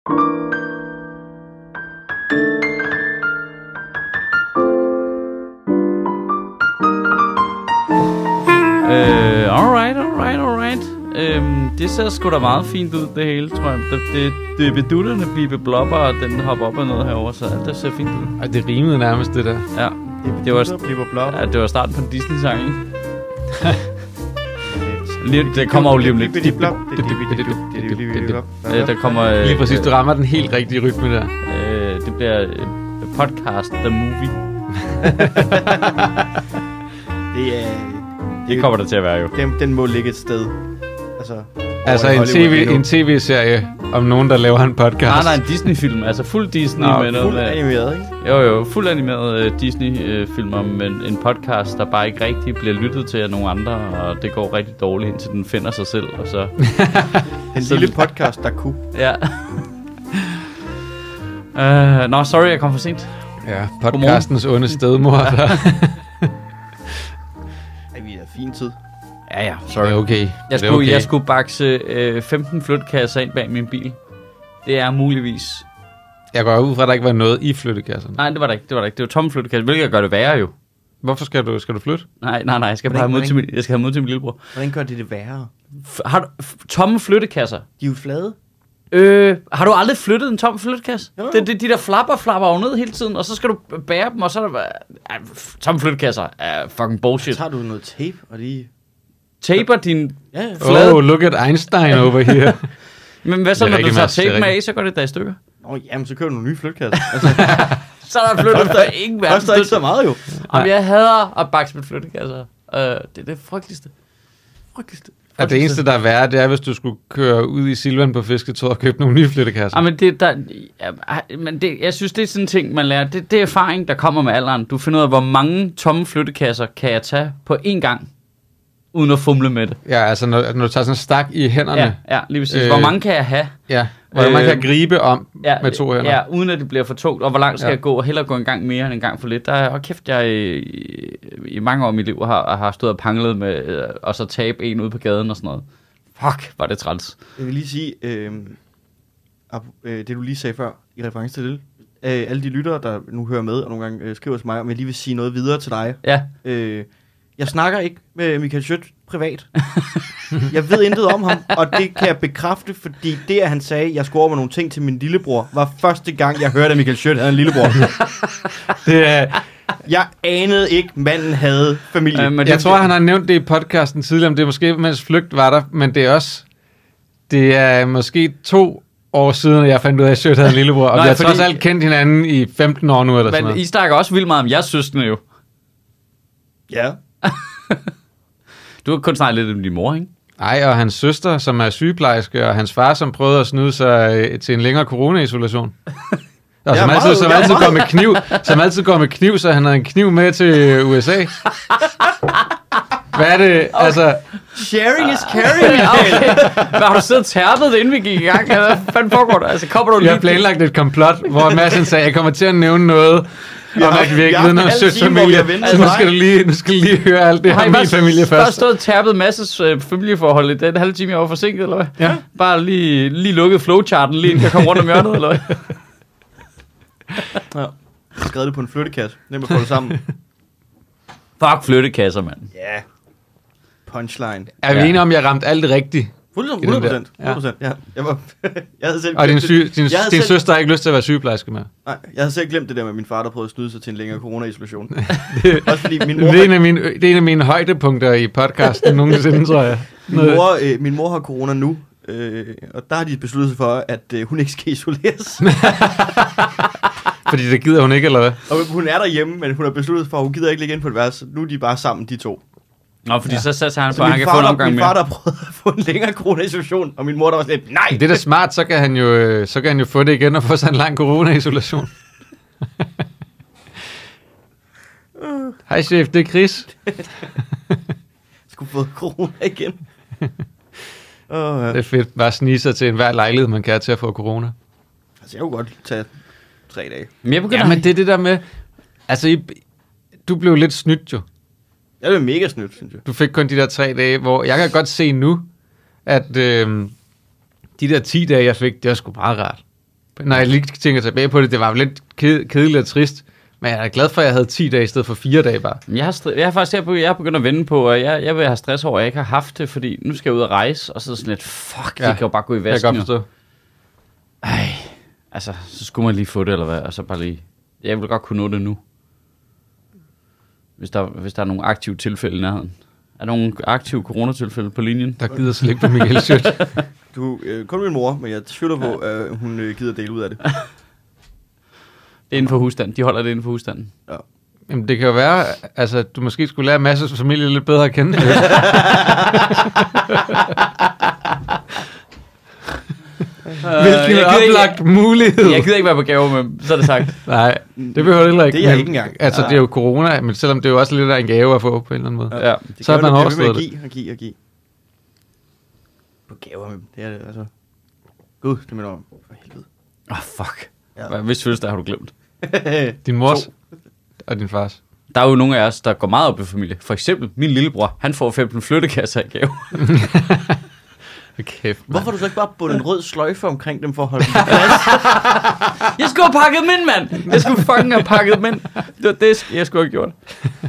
Alright. Det ser sgu da meget fint ud, det hele, tror jeg. Det er bedutterne, Bibe Blopper, og den hopper op og ned herover, så alt det ser fint ud. Ej, det rimede nærmest, det der. Ja. Det var starten på en Disney-sang, ikke? Det kommer jo lige om lidt. Der kommer... Lige præcis, du rammer den helt rigtige rytme der. Det bliver podcast The Movie. Det kommer der til at være, jo. Den må ligge et sted. Altså en tv-serie om nogen, der laver en podcast. Nej, en Disney-film. Altså fuld Disney. Med noget. Fuld animeret, ikke? Jo, fuld animeret Disney-filmer, men en podcast, der bare ikke rigtig bliver lyttet til af nogen andre, og det går rigtig dårligt, indtil den finder sig selv, og så... En lille podcast, der kunne. Ja. Sorry, jeg kom for sent. Ja, podcastens onde stedmor. Vi er fin tid. Ja, sorry. Det er okay. Jeg skulle bakse 15 flyttekasser ind bag min bil. Det er muligvis... Jeg går ud fra, at der ikke var noget i flyttekasserne. Nej, det var der ikke. Det var tomme flyttekasser, hvilket gør det værre jo. Hvorfor skal du flytte? Nej, jeg skal have mod til min lillebror. Hvordan gør det værre? Har du tomme flyttekasser? De er jo flade. Har du aldrig flyttet en tom flyttekasse? De der flapper jo ned hele tiden, og så skal du bære dem, og så er der tomme flyttekasser er fucking bullshit. Så tager du noget tape og lige... Taper din flade... Oh, look at Einstein over here. Men hvad så, når du tager tape med af, så går det der i stykker? Jamen, så køber du nogle nye flyttekasser. Så er der flyttet der ingen værd. Det koster ikke så meget, jo. Jamen, jeg hader at bakse med flyttekasser. Det er det frygteligste. Ja, det eneste, der er værre, det er, hvis du skulle køre ud i Silvan på fisketåret og købe nogle nye flyttekasser. Men jeg synes, det er sådan en ting, man lærer. Det er erfaring, der kommer med alderen. Du finder ud af, hvor mange tomme flyttekasser kan jeg tage på én gang, uden at fumle med det. Ja, altså når du tager sådan en stak i hænderne. Ja, lige præcis. Hvor mange kan jeg have? Ja, hvor man kan gribe om med 2 hænder. Ja, uden at det bliver for tungt. Og hvor langt skal jeg gå? Og hellere gå en gang mere end en gang for lidt. Jeg i mange år i mit liv har stået og panglet med og så tabe en ude på gaden og sådan noget. Fuck, var det træls. Jeg vil lige sige, det du lige sagde før, i reference til det, alle de lyttere, der nu hører med, og nogle gange skriver til mig, om jeg lige vil sige noget videre til dig. Ja. Jeg snakker ikke med Michael Schødt privat. Jeg ved intet om ham, og det kan jeg bekræfte, fordi det, at han sagde, at jeg skulle over med nogle ting til min lillebror, var første gang, jeg hørte, at Michael Schødt havde en lillebror. Jeg anede ikke, manden havde familie. Jeg tror, han har nævnt det i podcasten tidligere, om det er måske, mens Flygt var der, men det er måske 2 år siden, jeg fandt ud af, at Schødt havde en lillebror, og vi har trods alt kendt hinanden i 15 år nu, eller sådan noget. Men I snakker også vildt meget om jeres søskende jo. Ja. Du har kun snakket lidt om din mor, ikke? Nej, og hans søster, som er sygeplejerske, og hans far, som prøvede at snyde sig til en længere corona-isolation. Og som altid går med kniv, så han havde en kniv med til USA. Hvad er det? Okay. Altså... Sharing is caring, okay. Har du siddet og tærpet det, inden vi gik i gang? Hvad fanden foregår der? Altså, kommer du lige... Jeg har planlagt et komplot, hvor Madsen sagde, jeg kommer til at nævne noget... om at vi ikke ved noget søs familie, så nu skal du lige høre alt det her min familie først. Bare stået og tærpet masses familieforhold i den halve time, jeg var forsinket, eller hvad? Ja. Bare lige lukket flowcharten, lige inden jeg kom rundt om hjørnet, eller hvad? Ja. Jeg har skrevet det på en flyttekasse. Nemt at få det sammen. Fuck flyttekasser, mand. Ja. Yeah. Punchline. Er vi enige om, jeg ramte alt rigtigt? 100%. Ja. Jeg havde selv og din søster har ikke lyst til at være sygeplejerske med? Nej, jeg havde selv glemt det der med min far, der prøvede at snyde sig til en længere corona-isolation. Også fordi min mor... Det er en af mine højdepunkter i podcasten nogensinde, tror jeg. Min mor har corona nu, og der har de besluttet sig for, at hun ikke skal isoleres. Fordi det gider hun ikke, eller hvad? Og hun er derhjemme, men hun har besluttet for, at hun gider ikke ligge ind på et værelse. Nu er de bare sammen, de to. Nå, fordi så satte han på, at han kan få en omgang mere. Min far, der prøvede at få en længere corona-isolation, og min mor, der var sådan lidt, nej! Det er da smart, så kan han jo få det igen og få sig en lang corona-isolation. Hej chef, det er Chris. Skulle få corona igen. Det er fedt, bare snige sig til enhver lejlighed, man kan til at få corona. Altså, jeg kunne godt tage 3 dage. Men det er det der med, altså, du blev lidt snydt jo. Jeg blev mega snydt, synes jeg. Du fik kun de der 3 dage, hvor jeg kan godt se nu, at de der 10 dage, jeg fik, det var sgu meget rart. når jeg lige tænker tilbage på det, det var jo lidt kedeligt og trist. Men jeg er glad for, at jeg havde 10 dage i stedet for 4 dage bare. Jeg har faktisk jeg er begyndt at vende på, og jeg vil have stress over, at jeg ikke har haft det, fordi nu skal jeg ud og rejse, og så sådan lidt, fuck, det kan jo bare gå i vasken. Jeg kan godt forstå. Ej, altså, så skulle man lige få det, eller hvad, og så bare lige, jeg vil godt kunne nå det nu. Hvis der er nogle aktive tilfælde i nærheden. Er der nogle aktive coronatilfælde på linjen? Der gider slet ikke på Michael Schødt. Kun min mor, men jeg tvivler på, at hun gider dele ud af det. Det er inden for husstanden. De holder det inden for husstanden. Ja. Jamen, det kan jo være, altså, du måske skulle lære masser af familie lidt bedre at kende. Hvilken oplagt mulighed. Jeg gider ikke være på gave med, så er det sagt. Nej, det behøver det heller ikke. Det er jeg ikke engang. Altså, det er jo corona, men selvom det er jo også lidt af en gave at få på en eller anden måde. Ja. Så er man overstået det. at give. På gaver med dem. Det er det, altså. Gud, det mener om. For helvede. Fuck. Ja. Hvis fødselsdag har du glemt. Din mors og din fars. Der er jo nogle af os, der går meget op i familie. For eksempel min lillebror, han får 15 flyttekasser i gave. Kæft, hvorfor har du så ikke bare bundet en rød sløjfe omkring dem for at holde dem på plads? Jeg skulle have pakket dem ind, mand! Jeg skulle fucking have pakket dem ind. Det var det, jeg skulle have gjort.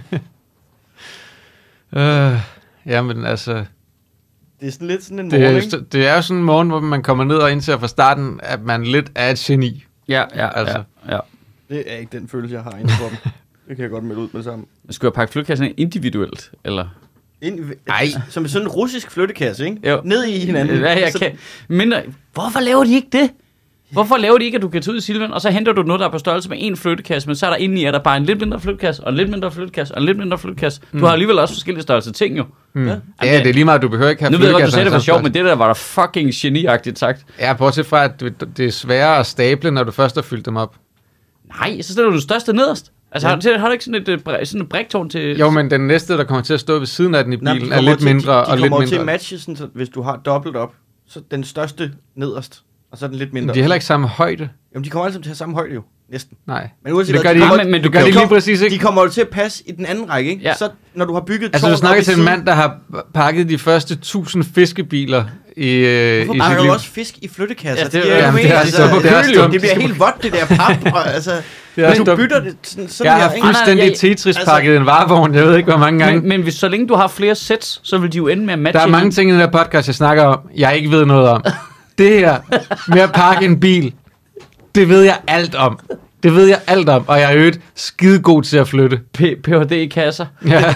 Jamen, altså... Det er sådan lidt sådan en morgen, ikke? Det er jo sådan en morgen, hvor man kommer ned og indser fra starten, at man lidt er et geni. Ja. Det er ikke den følelse, jeg har inde for dem. Det kan jeg godt melde ud med sammen. Skulle jeg pakke flyttekassen individuelt, eller? Nej. Som sådan en russisk flyttekasse, ikke? Jo. Ned i hinanden. Ja, jeg kan. Mindre. Hvorfor laver de ikke det? Hvorfor laver de ikke, at du kan tage ud i Silvan, og så henter du noget, der er på størrelse med en flyttekasse, men så er der inde i, at der bare en lidt mindre flyttekasse, og en lidt mindre flyttekasse, og en lidt mindre flyttekasse. Du har alligevel også forskellige størrelser ting, jo. Ja, det er lige meget, du behøver ikke have nu flyttekasser. Nu ved jeg godt, du sagde det for sjov, men det der var der fucking geniagtigt sagt. Ja, bortset fra, at det er sværere at stable, når du først har fyldt dem op. Nej, så stiller du det største nederst. Altså, har du ikke sådan et briktårn til... Jo, men den næste, der kommer til at stå ved siden af den i bilen, er lidt mindre og lidt mindre. De kommer til at matche, sådan, så hvis du har dobbelt op, så den største nederst, og så er den lidt mindre. Men de er heller ikke samme højde. Jamen, de kommer alle sammen til at have samme højde, jo. Næsten. Nej. Men uanset det gør de lige præcis ikke. De kommer jo til at passe i den anden række, ikke? Ja. Så når du har bygget altså, du snakker til en mand, der har pakket de første 1000 fiskebiler i sit liv. Hvorfor pakker du også fisk i flyttekasser? Ja, det bliver helt vådt, det der pap. Og, altså, men du bytter det sådan jeg her, har fuldstændig Tetris-pakket en varevogn, jeg ved ikke, hvor mange gange. Men hvis, så længe du har flere sæt, så vil de jo ende med at matche. Der er mange ting i den her podcast, jeg snakker om, jeg ikke ved noget om. Det her med at pakke en bil, det ved jeg alt om. Det ved jeg alt om, og jeg er øget skide god til at flytte. Ph.D. i kasser. Ja.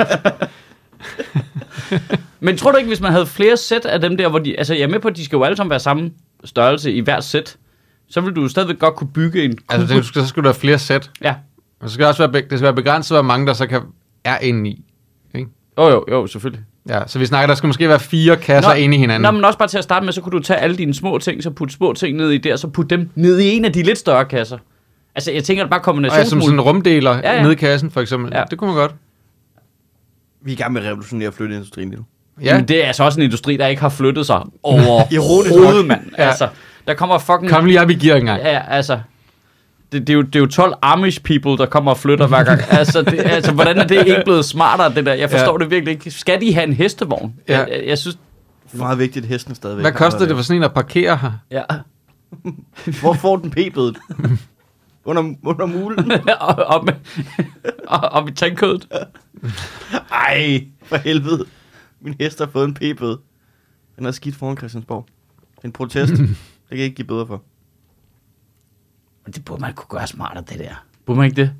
Men tror du ikke, hvis man havde flere sæt af dem der, hvor de... Altså, jeg er med på, at de skal jo alle sammen være samme størrelse i hvert sæt. Så vil du stadigvæk godt kunne bygge en... Altså, så skal du have flere sæt. Ja. Og så skal også det skal være begrænset, hvor mange der så er inde i. Ikke? Jo, selvfølgelig. Ja, så vi snakker, der skal måske være 4 kasser inde i hinanden. Nå, men også bare til at starte med, så kunne du tage alle dine små ting, så putte små ting ned i der, så putte dem ned i en af de lidt større kasser. Altså, jeg tænker, at bare kombinationsmuligt. Som sådan en rumdeler ned i kassen, for eksempel. Ja. Det kunne man godt. Vi er i gang med at revolutionere flytteindustrien nu. Ja. Men det er altså også en industri, der ikke har flyttet sig overhovedet, mand. Ja. Altså, der kommer fucking... Kom lige op i gear engang. Ja, altså... Det er jo 12 Amish people, der kommer og flytter hver gang. Altså, hvordan er det ikke blevet smartere, det der? Jeg forstår det virkelig ikke. Skal de have en hestevogn? Ja. Jeg synes... Det er meget vigtigt, at hesten stadigvæk... Hvad koster det for sådan en at parkere her? Ja. Hvor får den p-bødet? Under mulen? Op i tankkødet. Ej, for helvede. Min hest har fået en p-bøde. Den er skidt foran Christiansborg. En protest. Det kan jeg ikke give bøder for. Men det burde man kunne gøre smartere, det der. Burde man ikke det?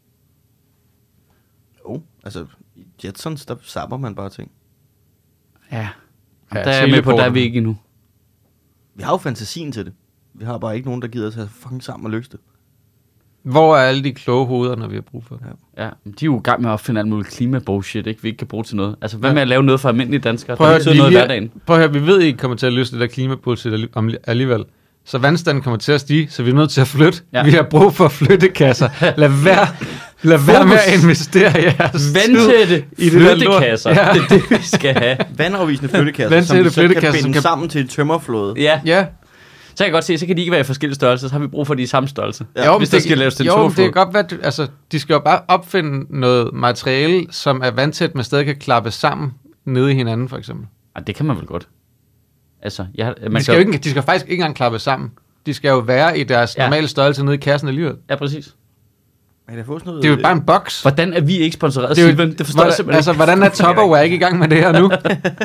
Jo, altså i Jetsons, der sapper man bare ting. Ja. Der er jeg med på, der er vi ikke endnu. Vi har jo fantasien til det. Vi har bare ikke nogen, der gider at tage fucking sammen og løse det. Hvor er alle de kloge hoveder, når vi har brug for det? Ja, de er jo i gang med at opfinde alt muligt klimabullshit, ikke? Vi ikke kan bruge til noget. Altså, hvad med at lave noget for almindelige danskere? Prøv der betyder noget i hverdagen. Prøv at høre, vi ved ikke kommer til at løse det der klimabullshit alligevel. Så vandstanden kommer til at stige, så vi er nødt til at flytte. Ja. Vi har brug for flyttekasser. Lad være med at investere i jeres vandtætte flyttekasser. Ja. Det er det, vi skal have. Vandafvisende flyttekasser, som vi så kan binde sammen til et tømmerflåde. Ja. Så kan jeg godt se, så kan de ikke være i forskellige størrelser, så har vi brug for de samme størrelse. Ja. Jo, hvis det skal laves til en tømmerflåde. Det kan godt være, altså, de skal jo bare opfinde noget materiale, som er vandtæt, men stadig kan klappe sammen nede i hinanden, for eksempel. Ja, det kan man vel godt. Altså, de skal faktisk ikke engang klappe sammen. De skal jo være i deres normale størrelse nede i kassen alligevel. Ja, præcis. Man kan få sådan noget, Det er jo bare en boks. Hvordan er vi ikke sponsoreret, Det er jo- Silvan? Det forstår jeg simpelthen Altså, hvordan er Tupperware ikke i gang med det her nu?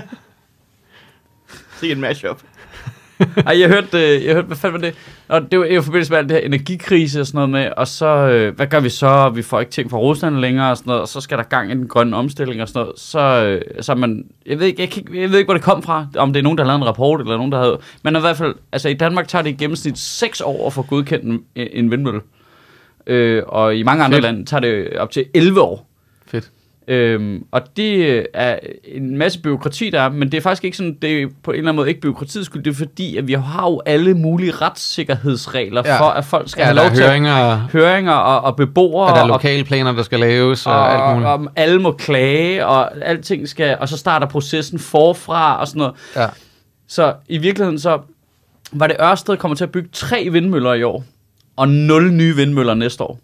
Se en mashup. Ej, jeg hørte, hvad fanden var det? Og det var i forbindelse med alt det her energikrise og sådan noget med, og så, hvad gør vi så? Vi får ikke ting fra Rusland længere og sådan noget, og så skal der gang i den grønne omstilling og sådan noget. Så man, jeg ved ikke, hvor det kom fra, om det er nogen, der har lavet en rapport, eller nogen, der havde, men i hvert fald, altså i Danmark tager det i gennemsnit 6 år at få godkendt en vindmølle. Og i mange andre lande tager det op til 11 år. Fedt. Og det er en masse byråkrati, der er, men det er faktisk ikke sådan, det er på en eller anden måde ikke byråkratiets skyld, det er fordi, at vi har jo alle mulige retssikkerhedsregler for, at folk skal have lov til høringer og beboere. Og der er lokalplaner, der skal laves og alt muligt. Og alle må klage, og alting skal, og så starter processen forfra og sådan noget. Ja. Så i virkeligheden så var det Ørsted kommer til at bygge 3 vindmøller i år, og 0 nye vindmøller næste år.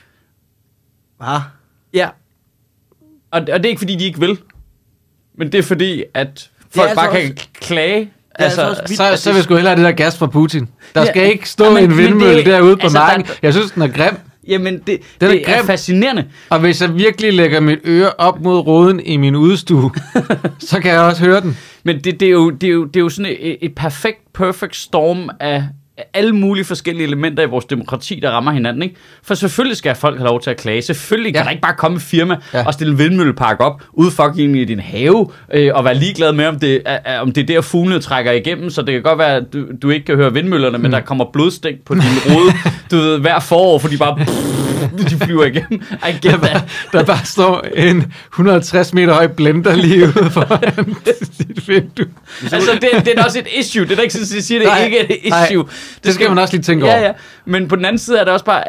Hvad? Ja. Og det er ikke fordi, de ikke vil. Men det er fordi, at folk altså bare kan klage. Så vil jeg sgu hellere have det der gas fra Putin. Der skal ikke stå en vindmølle derude på marken. Jeg synes, den er grim. Jamen, det er fascinerende. Og hvis jeg virkelig lægger mit øre op mod ruden i min udstue, så kan jeg også høre den. Men det er jo sådan et perfect storm af alle mulige forskellige elementer i vores demokrati, der rammer hinanden, ikke? For selvfølgelig skal folk have lov til at klage. Selvfølgelig kan der ikke bare komme et firma og stille en vindmøllepark op ude fucking i din have, og være ligeglad med, om det er der fuglene trækker igennem, så det kan godt være, at du ikke kan høre vindmøllerne, men der kommer blodstænk på din rode, du ved, hver forår, for de bare de flyver igennem. Der bare står en 160 meter høj blender lige ude foran dit vindue. Altså, det er også et issue. Det er da ikke sådan, at jeg siger, det er ikke et issue. Nej. Det skal man også lige tænke over. Ja. Men på den anden side er det også bare,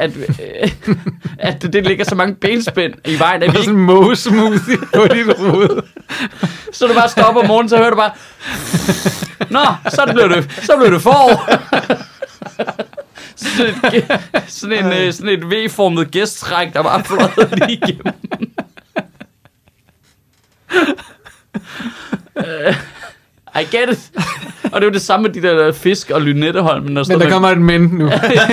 at det ligger så mange benspænd i vejen. Det er sådan en måsmoothie på dit rode. Så du bare stopper om morgenen, så hører du bare, nå, så blev det forår. Sådan et V-formet gæsttræk, der bare fløjede lige igennem. I get it. Og det er jo det samme med de der fisk og Lynetteholm. Men der kommer et men nu.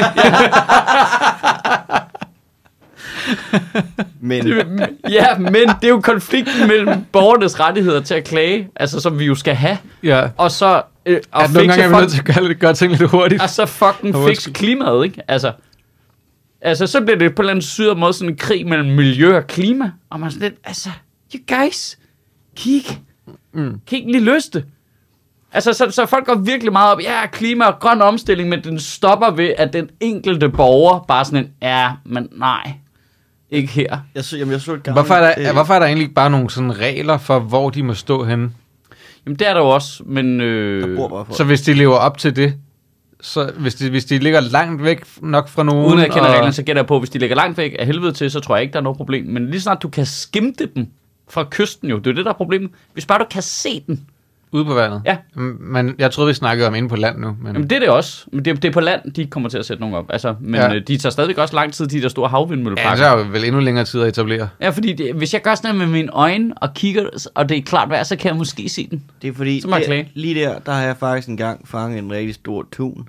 Men det er jo konflikten mellem borgernes rettigheder til at klage, altså som vi jo skal have. Ja. Og så og nogle gange er vi nødt til at gøre ting lidt hurtigt. Og så fucking fikse klimaet, ikke? Altså så bliver det på en eller anden syder måde sådan en krig mellem miljø og klima. Og man er sådan lidt, altså, you guys, kig. Kan ikke lige løse det? Altså, så folk går virkelig meget op, klima og grøn omstilling, men den stopper ved, at den enkelte borger bare sådan men nej, ikke her. Jeg så et gammelt, hvorfor er der egentlig ikke bare nogle sådan regler for, hvor de må stå henne? Jamen, det er der jo også, men... Så hvis de lever op til det, så hvis de ligger langt væk nok fra nogen... Uden at jeg kender reglerne, så gætter jeg på, hvis de ligger langt væk af helvede til, så tror jeg ikke, der er noget problem. Men lige snart du kan skimte dem fra kysten jo, det er det, der er problemet. Hvis bare du kan se den. Ude på vandet? Ja. Men jeg troede, vi snakkede om inde på land nu. Men... Jamen, det er det også. Men det er på land, de kommer til at sætte nogen op. Altså, men de tager stadigvæk også lang tid, de der store havvindmølleparker. Ja, så er jo vel endnu længere tid at etablere. Ja, fordi hvis jeg gør sådan med mine øjne og kigger, og det er klart vejr, så kan jeg måske se den. Det er fordi, lige der har jeg faktisk engang fanget en rigtig stor tun.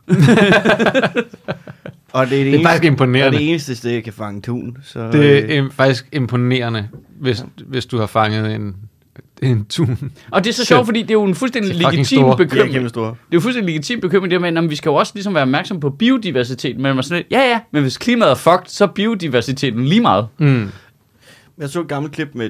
Og det er faktisk imponerende. Og det eneste sted, jeg kan fange tun. Så, det er faktisk imponerende, hvis du har fanget en tun. Og det er så sjovt, fordi det er jo en fuldstændig legitim bekymring. Det er jo fuldstændig legitim bekymring, det med, at vi skal jo også ligesom være opmærksom på biodiversiteten. Men man sådan lidt, men hvis klimaet er fucked, så er biodiversiteten lige meget. Jeg så et gammelt klip med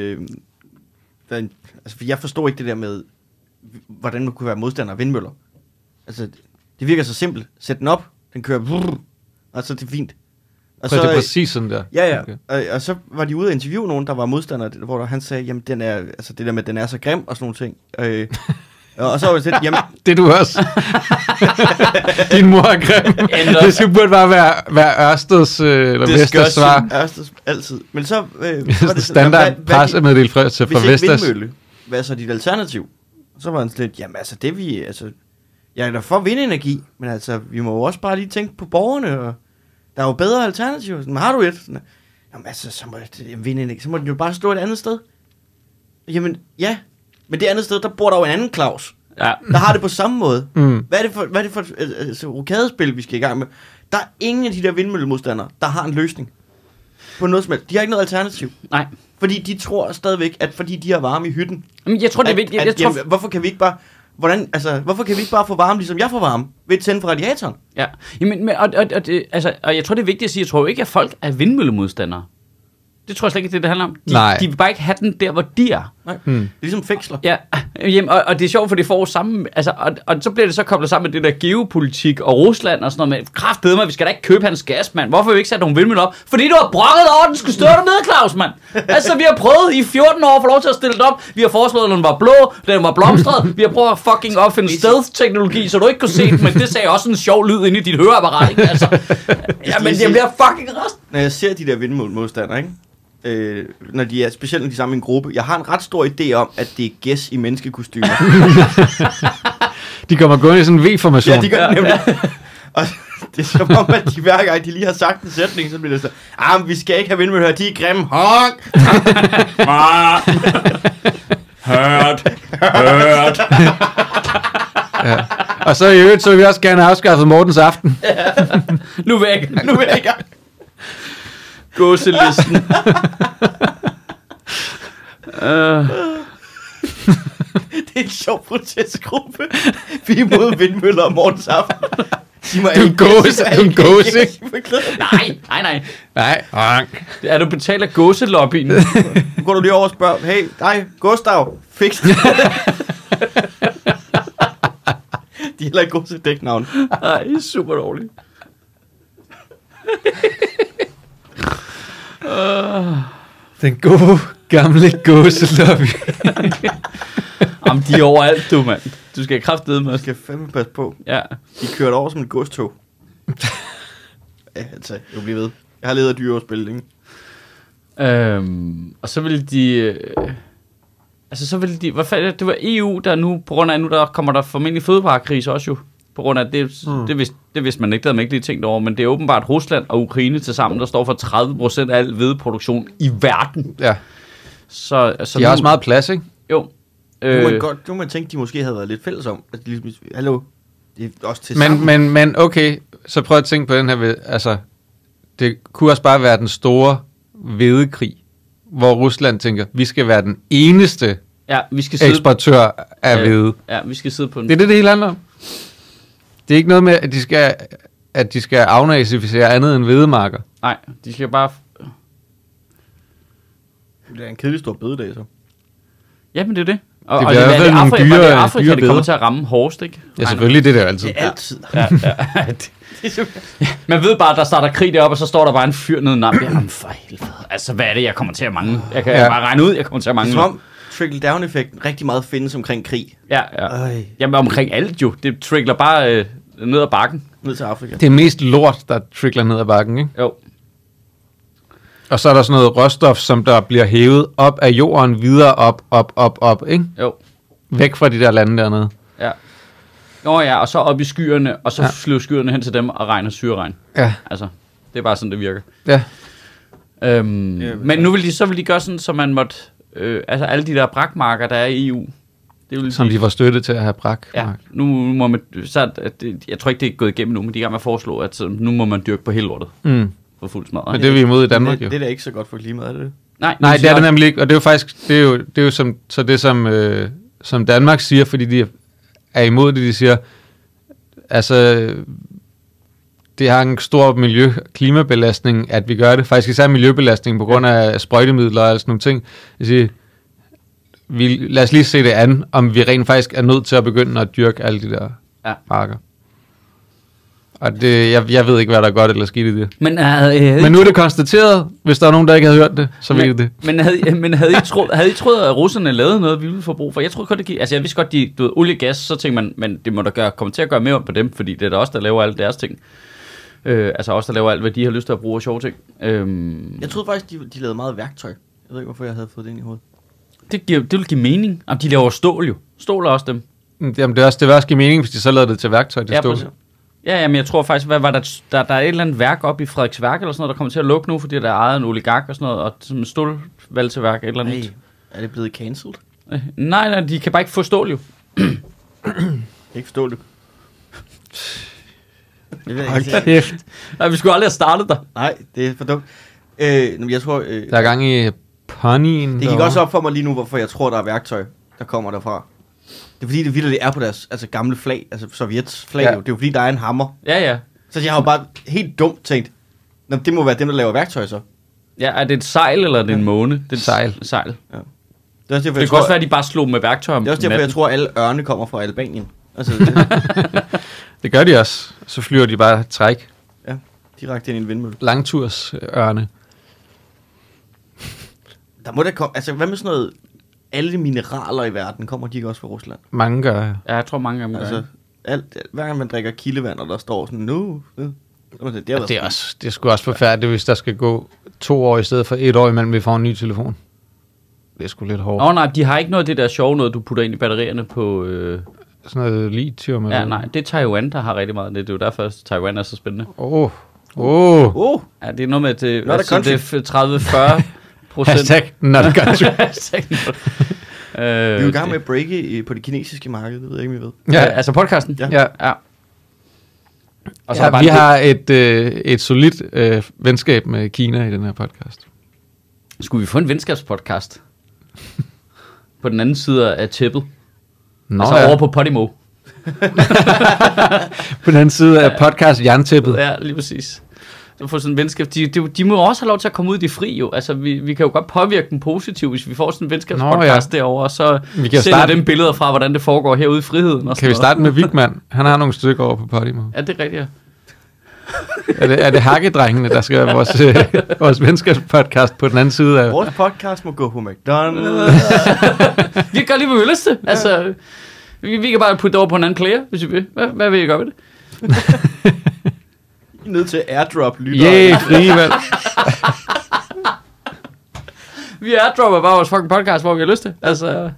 altså, jeg forstår ikke det der med, hvordan man kunne være modstander af vindmøller. Altså, det virker så simpelt. Sæt den op, den kører, og så er det fint. Og så er det præcis sådan der. Ja. Okay. Og så var de ude at interviewe nogen, der var modstandere, hvor han sagde, jamen den er, altså det der med, den er så grim og sådan nogle ting. Og så var det sådan, jamen... Det er du også. Din mor er grim. Det skulle burde bare være Ørsteds eller Vestas svar. Ørsteds altid. Men så var det standard pressemeddelelse fra Vestas. Hvis ikke vindmølle, hvad er så dit alternativ? Så var han sådan lidt, jamen altså det vi... Altså, jeg er da for vindenergi, men altså vi må jo også bare lige tænke på borgerne, og der er jo bedre alternativer. Men har du et? Sådan, jamen altså, så må så må den jo bare stå et andet sted. Jamen, ja. Men det andet sted, der bor der jo en anden Claus. der har det på samme måde. Hvad er det for et rokadespil, vi skal i gang med? Der er ingen af de der vindmøllemodstandere, der har en løsning på noget som helst. De har ikke noget alternativ. Nej. Fordi de tror stadigvæk, at fordi de har varme i hytten... Men jeg tror, det er vigtigt. Jamen, hvorfor kan vi ikke bare... hvorfor kan vi ikke bare få varme, ligesom jeg får varme, ved at tænde for radiatoren? Ja, jamen, og jeg tror, det er vigtigt at sige, jeg tror ikke, at folk er vindmøllemodstandere. Det tror jeg slet ikke, det handler om. De vil bare ikke have den der, hvor de er. Nej. Det er ligesom fængsler. Ja, jamen, og det er sjovt, for det får samme... Altså, og så bliver det så koblet sammen med det der geopolitik og Rusland og sådan noget med, kraftedeme, vi skal da ikke købe hans gas, mand. Hvorfor har vi ikke sat nogle vindmøller op? Fordi du har brokket over, den skulle stå dernede, Claus, mand. Altså, vi har prøvet i 14 år at få lov til at stille det op. Vi har foreslået, at den var blå, den var blomstret. Vi har prøvet at fucking opfinde stealth-teknologi, så du ikke kunne se den, men det sagde også en sjov lyd inde i dit høreapparat, ikke? Altså, jamen, jeg bliver fucking rast. Når jeg ser de der vindmøllemodstandere, ikke? Når de er, specielt når de er sammen i en gruppe. Jeg har en ret stor idé om, at det er gæs i menneskekostymer. De kommer gående i sådan en V-formation. Ja, de gør nemlig. Og det er som om, at de hver gang, de lige har sagt en sætning, så bliver det så, vi skal ikke have vindmøller her, de er grimme. Hørt. Ja. Og så i øvrigt, så vil vi også gerne have afskaffet Mortens aften. Nu væk. Gåselisten. Det er en sjov protestgruppe. Vi er imod vindmøller om morgens aften. Du er gåse. Nej. Er du betalt af gåselobbyen? Nu går du lige over og spørger, hey, dig, Gustav, fix det. De er heller ikke gode til dæknavn. Nej, det er super dårligt. Den gode, gamle gåselobby. Jamen, de er overalt, du, mand. Du skal have kraftedeme. Du skal fandme passe på. Ja. De kørte over som et godstog. Ja, altså, jeg vil blive ved. Jeg har ledet af dyreårspil, ikke? Og så vil de... Hvad fanden, det var EU, der nu, på grund af, nu der kommer der formentlig fødevarekrise også jo. På grund af, det vidste man ikke, det havde man ikke lige tænkt over, men det er åbenbart Rusland og Ukraine til sammen, der står for 30% af al hvedeproduktion i verden. Ja. Så de har også meget plads, ikke? Jo. Nu må man tænke, de måske havde været lidt fælles om. At de ligesom, hallo, det er også til men okay, så prøv at tænke på den her, altså, det kunne også bare være den store hvedekrig, hvor Rusland tænker, vi skal være den eneste eksportør af hvede. Ja, vi skal sidde på den. Det er det hele handler om. Det er ikke noget med, at de skal afnazificere andet end hvedemarker. Nej, de skal bare... Det er en kedelig stor bededag, så. Jamen, det er det. Og det er Afrika, det kommer til at ramme hårdest, ikke? Ja, selvfølgelig, det er det altid. Det er altid. Ja. Man ved bare, at der starter krig deroppe, og så står der bare en fyr nede i Nambia. Jamen for helvede. Altså, hvad er det, jeg kommer til at mangle? Jeg kan bare regne ud, jeg kommer til at mangle. Det er som om trickle-down-effekten rigtig meget findes omkring krig. Ja. Jamen omkring alt jo. Det trickler bare ned ad bakken. Ned til Afrika. Det er mest lort, der trickler ned ad bakken, ikke? Jo. Og så er der sådan noget råstof, som der bliver hævet op af jorden, videre op, ikke? Jo. Væk fra de der lande dernede. Ja. Nå ja, og så op i skyerne, og så flyver skyerne hen til dem og regner syreregn. Ja. Altså, det er bare sådan, det virker. Ja. Men nu vil de gøre sådan, så man måtte... altså alle de der brakmarker, der er i EU... Det vil som de var støttet til at have brak. Ja, nu må man... jeg tror ikke, det er gået igennem nu, men de er gang med at foreslå, at nu må man dyrke på hele lortet. For fuld smadret. Men det er vi imod i Danmark, jo. Det er da ikke så godt for klimaet, er det? Nej, det er det nemlig ikke. Og det er jo faktisk... Det er jo som Danmark siger, fordi de er imod det, de siger... Altså... Det har en stor klimabelastning, at vi gør det. Faktisk især miljøbelastning på grund af sprøjtemidler og sådan nogle ting. Jeg siger, lad os lige se det an, om vi rent faktisk er nødt til at begynde at dyrke alle de der marker. Og det, jeg ved ikke, hvad der er godt eller skidt i det. Men nu er det konstateret, hvis der er nogen, der ikke havde hørt det, så ved det. Men havde I troet, at russerne lavede noget, vi ville få brug for? Jeg tror godt, det gik. Altså jeg vidste godt, de olie og gas, så tænkte man, men det må da komme til at gøre mere om på dem, fordi det er da også der laver alle deres ting. Altså også der laver alt, hvad de har lyst til at bruge af sjove ting. Jeg troede faktisk, de lavede meget værktøj. Jeg ved ikke, hvorfor jeg havde fået det ind i hovedet. Det vil give mening. Jamen, de laver stål jo. Stål er også dem. Jamen, det vil også give mening, hvis de så lavede det til værktøj, det stål. Ja, men jeg tror faktisk, hvad var der er et eller andet værk oppe i Frederiksværk eller sådan noget, der kommer til at lukke nu, fordi der er ejet en oligark og sådan noget, og som stålvalg til værk et eller andet. Er det blevet cancelled? Nej, de kan bare ikke få stål jo. Jeg kan ikke forstå det. Kæft. Nej, vi skulle aldrig have startet der. Nej, det er for dumt. Jeg tror... Der er gang i ponyen. det gik også op for mig lige nu, hvorfor jeg tror, der er værktøj, der kommer derfra. Det er fordi, det vildt, det er på deres gamle flag, altså Sovjets flag. Ja. Jo. Det er jo fordi, der er en hammer. Ja. Så jeg har jo bare helt dumt tænkt, det må være dem, der laver værktøj så. Ja, er det et sejl, eller er det en måne? Det er et Sejl. Sejl. Det er også derfor, Det kan også være, at de bare slog med værktøj om det er også derfor, natten. jeg tror, at alle ørne kommer fra Albanien. Altså, Det gør de også. Så flyver de bare træk. direkte ind i en vindmølle. Langturs ørne. Der må da komme, altså hvad med sådan noget, alle mineraler i verden, kommer de ikke også fra Rusland? Mange gør. Ja, jeg tror mange af dem gør. Altså, hver gang man drikker kildevand, og der står sådan, Det er sgu også forfærdeligt, hvis der skal gå 2 år i stedet for 1 år imellem, vi får en ny telefon. Det er sgu lidt hårdt. Nej, de har ikke noget af det der sjove noget, du putter ind i batterierne på... Sådan noget lithium. Eller Ja, nej, det er Taiwan, der har rigtig meget af det. Det er jo derfor, at Taiwan er så spændende. Ja, det er noget med, det er 30-40%. Hashtag not a country. Vi er jo i gang med at breake på det kinesiske marked, det ved jeg ikke, om I ved. Ja, altså podcasten? Ja. Og så Vi har et solidt venskab med Kina i den her podcast. Skulle vi få en venskabspodcast? På den anden side af tæppet. Nå, Altså over på Podimo. På den anden side af podcast jerntæppet. Ja, lige præcis. Så får sådan en venskab. De må også have lov til at komme ud i det fri jo. Altså, vi kan jo godt påvirke dem positivt, hvis vi får sådan en venskabspodcast derovre, og så vi kan sender dem billeder fra, hvordan det foregår herude i friheden. Og kan vi starte med Vigman? Han har nogle stykker over på Podimo. Ja, det er rigtigt, ja. Er det hakkedrengene, der skal være vores venskabspodcast på den anden side af... Vores podcast må gå på McDonald's. Vi gør lige, hvad vi har lyst til. Altså, vi kan bare putte det over på en anden klæder, hvis vi vil. Hvad vil I gøre ved det? I er nødt til at airdrop lyttere. Frivalg. Vi airdropper bare vores fucking podcast, hvor vi har lyst til. Altså...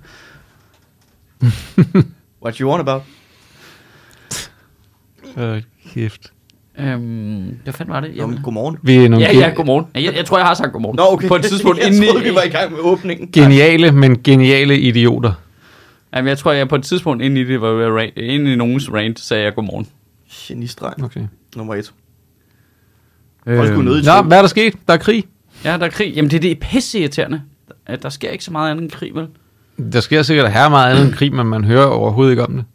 What you want about? Kæft. Hvad fanden var det? Jamen, godmorgen. Vi er nogle Ja, godmorgen. Jeg tror, jeg har sagt godmorgen. Nå, okay. På et tidspunkt jeg inden troede, vi var i gang med åbningen. geniale, men geniale idioter. Jamen, jeg tror, jeg på et tidspunkt inde i det var inde i nogens rant, sagde jeg godmorgen. Genistreg. Okay. Nummer 1. Folk skulle nødt Nå, hvad er der sket? Der er krig. Ja, der er krig. Jamen, det er pisseirriterende. Der sker ikke så meget andet end krig, vel? Der sker sikkert her meget andet end krig, men man hører overhovedet ikke om det.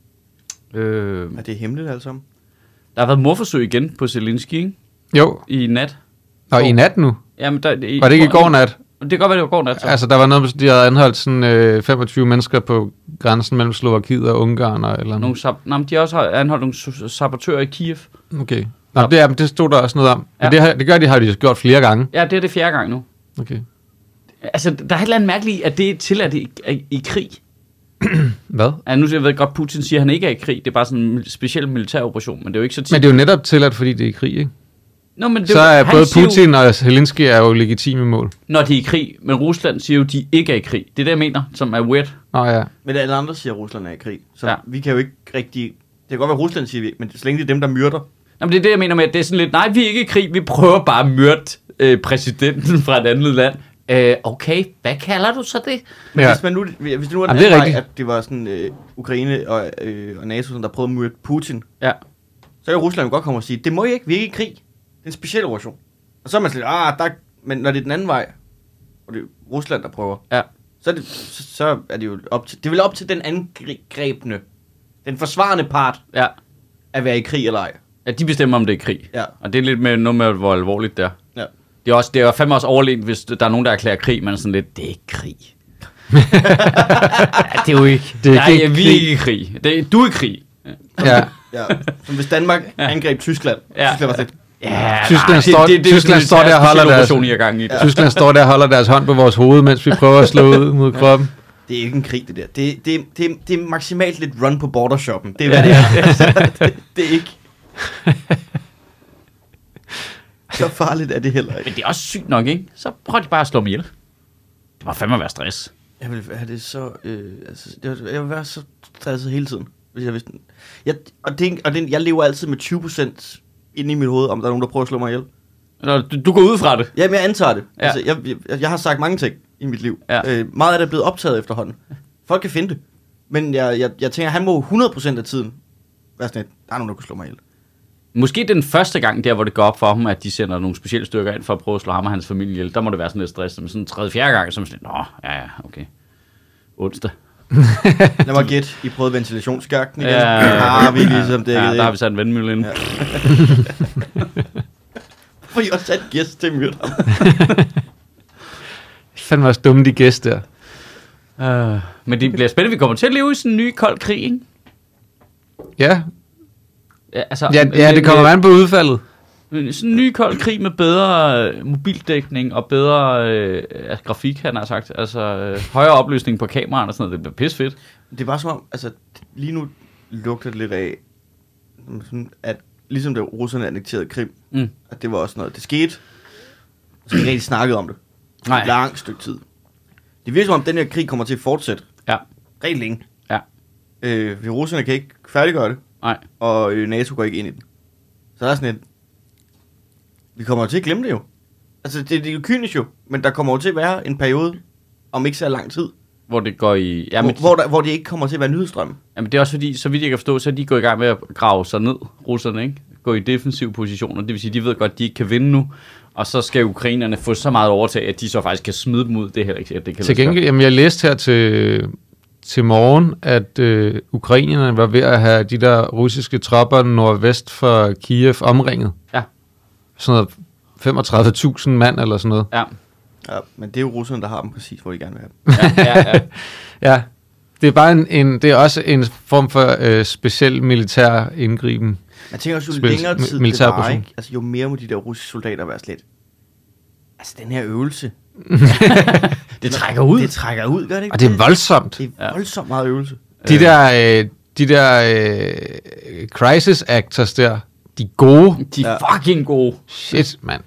Er det hemmeligt alt sammen? Der har været mordforsøg igen på Zelensky, ikke? Jo. I nat. Og i nat nu? Jamen, Var det ikke i går nat? Det kan godt være, det var går nat. Så. Altså, der var noget, de havde anholdt sådan 25 mennesker på grænsen mellem Slovakiet og Ungarn eller De har også anholdt nogle sabotører i Kiev. Okay. Nå, det stod der også noget om. Ja. Men det har de gjort flere gange. Ja, det er det 4. gang nu. Okay. Altså, der er et eller andet mærkeligt, at det er tilladt i krig. Hvad? Ja, nu jeg ved godt, Putin siger, at han ikke er i krig. Det er bare sådan en speciel militær operation, men det er jo ikke så tit. Men det er jo netop tilladt, fordi det er i krig, ikke? Nå, men det, Så er han både siger Putin og Zelensky er jo legitime mål. når de er i krig, men Rusland siger jo, at de ikke er i krig. Det er det, jeg mener, som er weird. Nå ja. Men alle andre siger, at Rusland er i krig. Så Ja. vi kan jo ikke rigtig... Det kan godt være, at Rusland siger vi, men så længe det er dem, der myrder. Nå, men det er det, jeg mener med, at det er sådan lidt, nej, vi er ikke i krig, vi prøver bare at myrde præsidenten fra et andet land. Okay, hvad kalder du så det? Men Ja. hvis det nu er den det er anden vej, rigtigt. at det var sådan Ukraine og NATO, der prøvede at myrde Putin, Ja. så kan Rusland jo godt komme og sige, det må I ikke, vi er ikke i krig. Det er en speciel operation. Og så er man sådan, men når det er den anden vej, og det er Rusland, der prøver, Ja. så er det jo op til, det er vel op til den angrebne, den forsvarende part, Ja. at være i krig eller ej. Ja, de bestemmer, om det er krig. Ja. Og det er lidt med noget med, hvor alvorligt det er. Ja. Det er fandme også overlegent, hvis der er nogen, der erklærer krig, men sådan lidt, det er ikke krig. Ja, det er jo ikke. Det er Nej, ikke vi er ikke i krig. Du er i krig. Ja. Ja. Som hvis Danmark angreb Tyskland. Ja. Tyskland var sådan, Ja, Tyskland står der og holder deres... operation, I er gang i. Ja. Tyskland står der og holder deres hånd på vores hoved, mens vi prøver at slå ud mod kroppen. det er ikke en krig, det der. Det er maksimalt lidt run på bordershoppen. Det er, hvad det er. det er ikke... Så farligt er det heller ikke. Men det er også sygt nok, ikke? Så prøv de bare at slå mig ihjel. Det må fandme være stress. Jeg vil have det så... jeg vil være så stresset hele tiden, hvis jeg vidste... Jeg lever altid med 20% inde i mit hoved, om der er nogen, der prøver at slå mig ihjel. Du går ud fra det. Jamen, jeg antager det. Ja. Altså, jeg har sagt mange ting i mit liv. Ja. Meget af det er blevet optaget efterhånden. Folk kan finde det. Men jeg tænker, han må 100% af tiden være sådan et, der er nogen, der kunne slå mig ihjel. Måske den første gang der, hvor det går op for ham, at de sender nogle specielle styrker ind for at prøve at slå ham og hans familie ihjel, der må det være sådan lidt stress. Men sådan en 3.-4. gang, så er man sådan, ja, okay. Onsdag. Lad mig gætte, I prøvede ventilationsskakten igen. Ja, vi ligesom det. Ja, der har vi sat en vandmølle ind. Ja. For I også sat gæst til at myrde ham. Fandme også dumme, de gæst der. Men det bliver spændende. Vi kommer til at leve i sådan en ny kold krig, ikke? Ja. Altså, det kommer an på udfaldet. Sådan en ny kold krig med bedre mobildækning og bedre grafik, han har sagt. Altså højere opløsning på kameraerne og sådan noget. Det bliver pissefedt. Det er bare som om, altså lige nu lugter det lidt af, sådan, at ligesom da russerne annekterede Krim, at det var også noget, det skete, så vi rigtig snakkede om det. Et langt stykke tid. Det virker som om, den her krig kommer til at fortsætte. Ja. Rigtig længe. Ja. Russerne kan ikke færdiggøre det. Nej. Og NATO går ikke ind i den. Så der er sådan et, vi kommer til at glemme det jo. Altså, det er jo kynisk jo, men der kommer jo til at være en periode, om ikke så lang tid, hvor det går i... Jamen, hvor det ikke kommer til at være nyhedsstrøm. Jamen, det er også fordi, så vidt jeg kan forstå, så er de gået i gang med at grave sig ned, russerne, ikke? Gå i defensive positioner, det vil sige, de ved godt, at de ikke kan vinde nu, og så skal ukrainerne få så meget overtag, at de så faktisk kan smide dem ud. Det er heller ikke, at det kan til gengæld, jamen, jeg læste her til morgen, at ukrainerne var ved at have de der russiske tropper nordvest for Kiev omringet. Ja. Sådan noget 35.000 mand eller sådan noget. Ja. Ja, men det er jo russerne, der har dem præcis, hvor de gerne vil have dem. Ja. Ja, det er bare det er også en form for speciel militær indgriben. Jeg tænker også, jo længere tid det var, ikke? Altså, jo mere må de der russiske soldater være slet. Altså, den her øvelse. Det trækker ud. Det trækker ud, gør det ikke? Og det er voldsomt. Det er voldsomt meget øvelse. De der crisis actors der, de er gode. De er fucking gode. Shit, mand.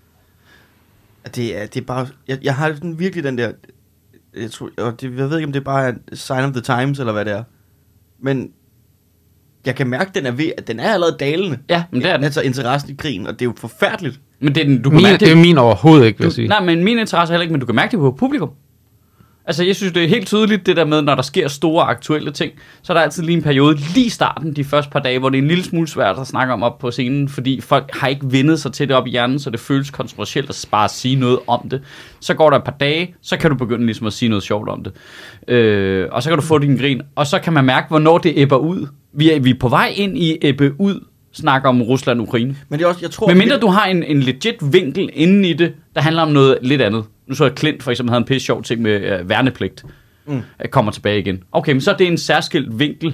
Det er bare... Jeg har sådan virkelig den der... Jeg ved ikke, om det bare er sign of the times, eller hvad det er. Men jeg kan mærke, at den er allerede dalende. Ja, men det er den. Altså interessen i krigen, og det er jo forfærdeligt. Men det er min overhovedet ikke, vil jeg sige. Nej, men min interesse heller ikke, men du kan mærke det på publikum. Altså, jeg synes, det er helt tydeligt, det der med, når der sker store aktuelle ting, så er der altid lige en periode, lige i starten, de første par dage, hvor det er en lille smule svært at snakke om op på scenen, fordi folk har ikke vendet sig til det op i hjernen, så det føles kontroversielt at bare sige noget om det. Så går der et par dage, så kan du begynde ligesom at sige noget sjovt om det. Og så kan du få din grin, og så kan man mærke, hvornår det ebber ud. Vi er på vej ind i ebbe ud, snakker om Rusland og Ukraine. Men det er også, jeg tror... Men mindre du har en legit vinkel inden i det, der handler om noget lidt andet. Nu så jeg Klint for eksempel havde en pisse sjov ting med værnepligt. Kommer tilbage igen. Okay, men så er det en særskilt vinkel,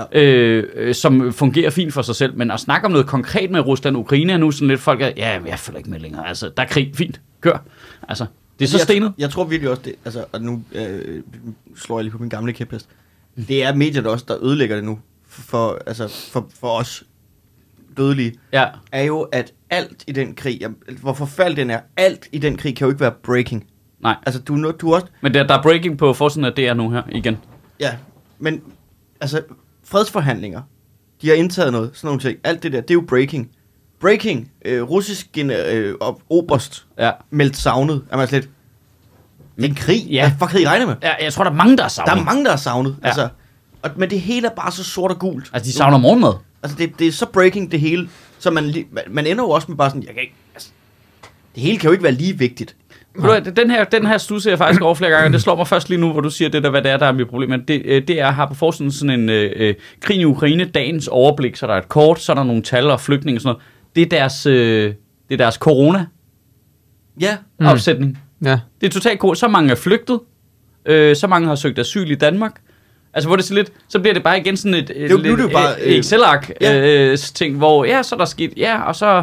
som fungerer fint for sig selv. Men at snakke om noget konkret med Rusland og Ukraine er nu sådan lidt folk, jeg følger ikke med længere. Altså, der er krig. Fint. Kør. Altså, det er så stenet. Jeg tror virkelig også det. Altså, og nu slår jeg lige på min gamle kæphest. Det er medierne også, der ødelægger det nu. For os dødelige, er jo, at alt i den krig, hvor forfærdeligt den er, alt i den krig kan jo ikke være breaking. Nej. Altså, du også... Men der er breaking på forsiden af DR nu her, igen. Ja, men altså, fredsforhandlinger, de har indtaget noget, sådan nogle ting, alt det der, det er jo breaking. Breaking, russisk oberst, meldt savnet, er man slet... Det er en krig, hvad fuck havde I regnet med? Ja, jeg tror, der er mange, der er savnet. Der er mange, der er savnet, altså. Men det hele er bare så sort og gult. Altså, de savner morgenmad. Altså, det er så breaking, det hele. Så man ender jo også med bare sådan, jeg kan ikke... Altså, det hele kan jo ikke være lige vigtigt. Den her studser jeg faktisk over flere gange. Det slår mig først lige nu, hvor du siger det der, hvad det er, der er mit problem. Det er, har på forsiden sådan en krig i Ukraine, dagens overblik, så der er et kort, så er der nogle tal og flygtninge og sådan noget. Det er deres corona-opsætning. Ja. Det er totalt kort. Så mange er flygtet. Så mange har søgt asyl i Danmark. Altså, hvor det så lidt, så bliver det bare igen sådan et Excel-ark ting, hvor så er der sket, og så,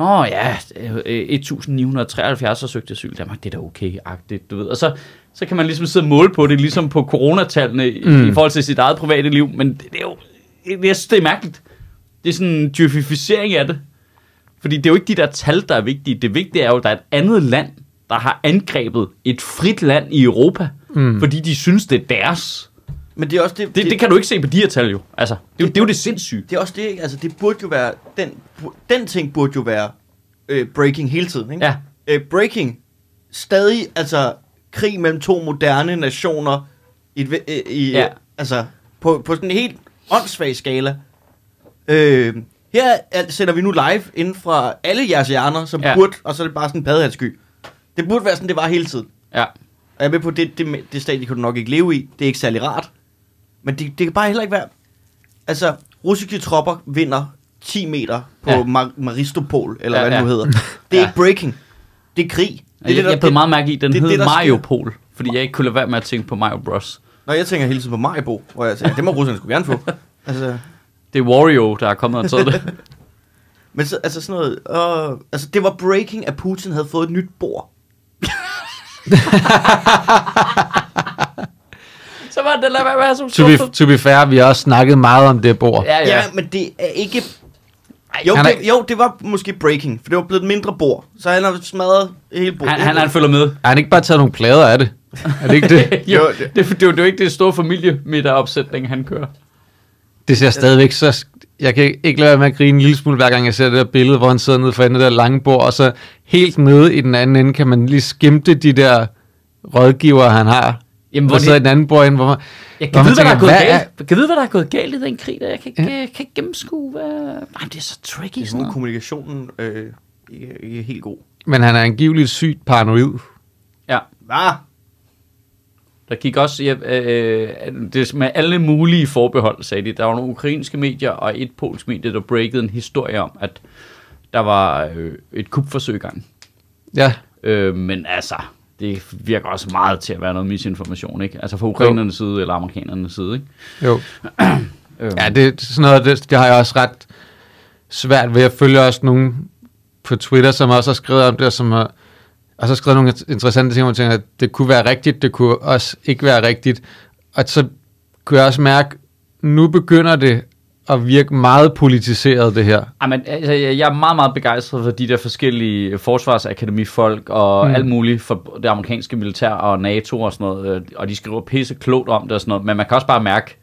1973 har søgt asyl i Danmark, det er da okay-agtigt, du ved. Og så kan man ligesom sidde og måle på det, ligesom på coronatallene i forhold til sit eget private liv, men det er jo, jeg synes, det er mærkeligt. Det er sådan en djøfificering af det. Fordi det er jo ikke de der tal, der er vigtige. Det vigtige er jo, at der er et andet land, der har angrebet et frit land i Europa, fordi de synes, det er deres. Men det er også det kan du ikke se på de her tal jo. Altså, det er jo det sindssyge. Det er også det, ikke? Altså, det burde jo være den ting burde jo være breaking hele tiden, ikke? Ja. Breaking stadig, altså krig mellem to moderne nationer altså på sådan en helt åndssvag skala. Her sætter vi nu live inden fra alle jeres hjerner, som burde, og så er det bare sådan en badehatsky. Det burde være sådan, det var hele tiden. Ja. Og jeg er med på, det stadie kan du nok ikke leve i. Det er ikke særlig rart. Men det kan bare heller ikke være... Altså, russiske tropper vinder 10 meter på Maristopol, eller hvad det nu hedder. Det er ikke breaking. Det er krig. Jeg blev meget mærke i, den hed Mariupol, fordi jeg ikke kunne lade være med at tænke på Mario Bros. Nå, jeg tænker hele tiden på Maribo, hvor jeg tænker, det må russerne sgu gerne få. Altså... Det er Wario, der er kommet og taget det. Men så, altså sådan noget... altså, det var breaking, at Putin havde fået et nyt bord. Så var det lade være som to be fair, vi har også snakket meget om det bord. Ja, men det er ikke... Det var måske breaking, for det var blevet et mindre bord. Så han har smadret hele bordet. Han følger med. Har han ikke bare taget nogle plader af det? Er det ikke det? Jo, det er jo ikke det store familiemiddag-opsætning, han kører. Det ser stadigvæk så... Jeg kan ikke lade være med at grine en lille smule, hver gang jeg ser det der billede, hvor han sidder nede for enden af det der lange bord, og så helt nede i den anden ende, kan man lige skimte de der rådgivere, han har. Jamen, hvor sidder i den anden bord inde, hvor man... Jeg kan vide, hvad der er gået galt. Kan vide, hvad der er gået galt i den krig, der jeg kan ikke gennemskue, hvad... Nej, det er så tricky. Det er sådan kommunikationen ikke helt god. Men han er angiveligt sygt paranoid. Ja. Hvad? Der gik også det med alle mulige forbehold, sagde de. Der var nogle ukrainske medier og et polsk medie, der breakede en historie om, at der var et kupforsøg i gang. Ja. Men altså, det virker også meget til at være noget misinformation, ikke? Altså fra ukrainernes side eller amerikanernes side, ikke? Jo. Ja, det sådan noget, det har jeg også ret svært ved. Jeg følger også nogen på Twitter, som også har skrevet om det, som har og så skrevet nogle interessante ting, hvor jeg tænker, at det kunne være rigtigt, det kunne også ikke være rigtigt. Og så kunne jeg også mærke, nu begynder det at virke meget politiseret, det her. Jamen, altså, jeg er meget, meget begejstret for de der forskellige forsvarsakademifolk og alt muligt for det amerikanske militær og NATO og sådan noget, og de skriver pisse klogt om det og sådan noget, men man kan også bare mærke,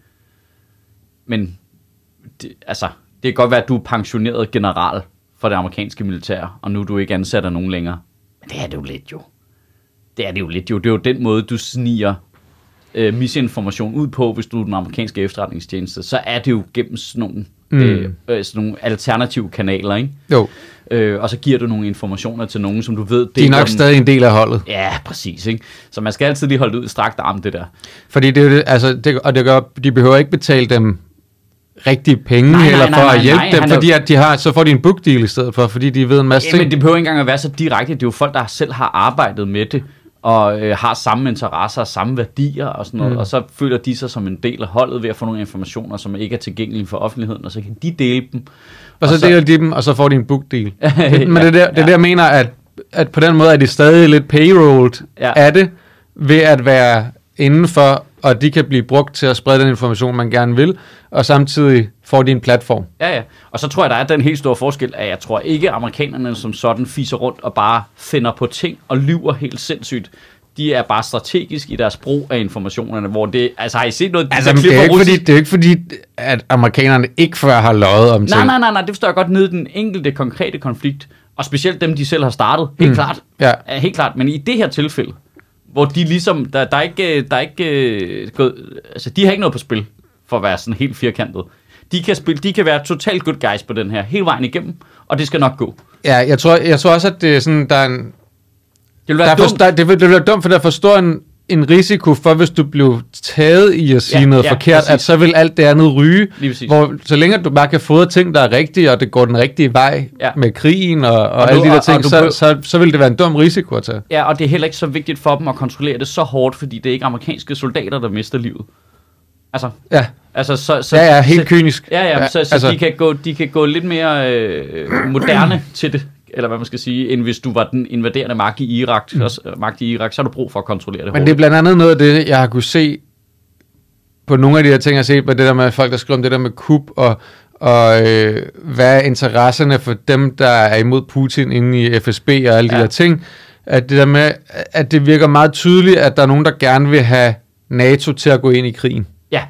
men det kan godt være, at du er pensioneret general for det amerikanske militær, og nu er du ikke ansat af nogen længere. Men det er det jo lidt jo. Det er jo den måde, du sniger misinformation ud på, hvis du er den amerikanske efterretningstjeneste, så er det jo gennem sådan nogle alternative kanaler, ikke? Jo. Og så giver du nogle informationer til nogen, som du ved... De er nok stadig en del af holdet. Ja, præcis, ikke? Så man skal altid lige holde ud i strakt arm, det der. Fordi det er jo det, altså, det gør, de behøver ikke betale dem rigtige penge, for at hjælpe dem, fordi at så får de en book deal i stedet for, fordi de ved en masse ting. Men det behøver ikke engang at være så direkte. Det er jo folk, der selv har arbejdet med det, og har samme interesser og samme værdier og sådan noget, og så føler de sig som en del af holdet ved at få nogle informationer, som ikke er tilgængelige for offentligheden, og så kan de dele dem. Og så deler de dem, og så får de en book deal. Men det er der, jeg mener, at på den måde er de stadig lidt payrolled af det, ved at være indenfor, og de kan blive brugt til at sprede den information, man gerne vil, og samtidig får de en platform. Ja. Og så tror jeg, der er den helt store forskel, at jeg tror ikke, amerikanerne som sådan fiser rundt og bare finder på ting og lyver helt sindssygt. De er bare strategisk i deres brug af informationerne, hvor det... Altså, har I set noget... Altså, det er jo ikke fordi, at amerikanerne ikke før har løjet om ting. Nej, det forstår jeg godt ned i den enkelte konkrete konflikt, og specielt dem, de selv har startet. Helt klart. Ja. Helt klart. Men i det her tilfælde, hvor de ligesom, der er ikke gået, altså de har ikke noget på spil, for at være sådan helt firkantet. De kan være totalt good guys på den her, hele vejen igennem, og det skal nok gå. Ja, jeg tror også, at det er sådan, der er en... Det vil være dumt, for der forstår en risiko for, hvis du bliver taget i at sige noget forkert, præcis. At så vil alt det andet ryge. Hvor, så længe du bare kan fodre ting, der er rigtige, og det går den rigtige vej med krigen og alle de der ting, så vil det være en dum risiko at tage. Ja, og det er heller ikke så vigtigt for dem at kontrollere det så hårdt, fordi det er ikke amerikanske soldater, der mister livet. Altså, helt kynisk. Så de kan gå lidt mere moderne til det, eller hvad man skal sige, end hvis du var den invaderende magt i Irak. Så har du brug for at kontrollere det. Men det er blandt andet noget af det, jeg har kunne se på nogle af de her ting, jeg har set på det der med folk, der skriver om det der med kup, og hvad er interesserne for dem, der er imod Putin inde i FSB og alle de der ting. At det der med, at det virker meget tydeligt, at der er nogen, der gerne vil have NATO til at gå ind i krigen. Ja.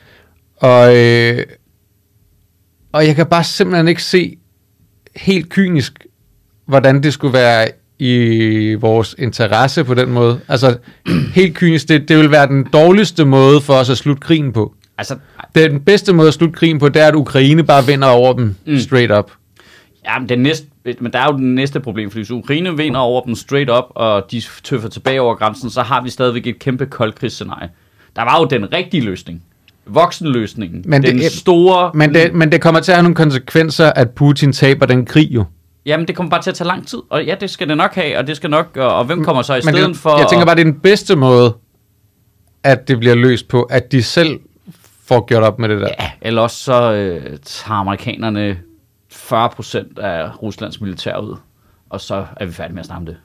Og jeg kan bare simpelthen ikke se helt kynisk, hvordan det skulle være i vores interesse på den måde. Altså, helt kynisk, det vil være den dårligste måde for os at slutte krigen på. Altså, Den bedste måde at slutte krigen på, det er, at Ukraine bare vinder over dem straight up. ja, men der er jo den næste problem, fordi hvis Ukraine vinder over dem straight up, og de tøffer tilbage over grænsen, så har vi stadigvæk et kæmpe koldkrigsscenarie. Der var jo den rigtige løsning. Voksenløsningen. Store... Men det kommer til at have nogle konsekvenser, at Putin taber den krig jo. Jamen, det kommer bare til at tage lang tid. Og ja, det skal det nok have, og det skal nok... Og hvem kommer så i stedet for... Jeg tænker bare, det er den bedste måde, at det bliver løst på, at de selv får gjort op med det der. Ja, eller også så tager amerikanerne 40% af Ruslands militær ud, og så er vi færdige med at snakke om det.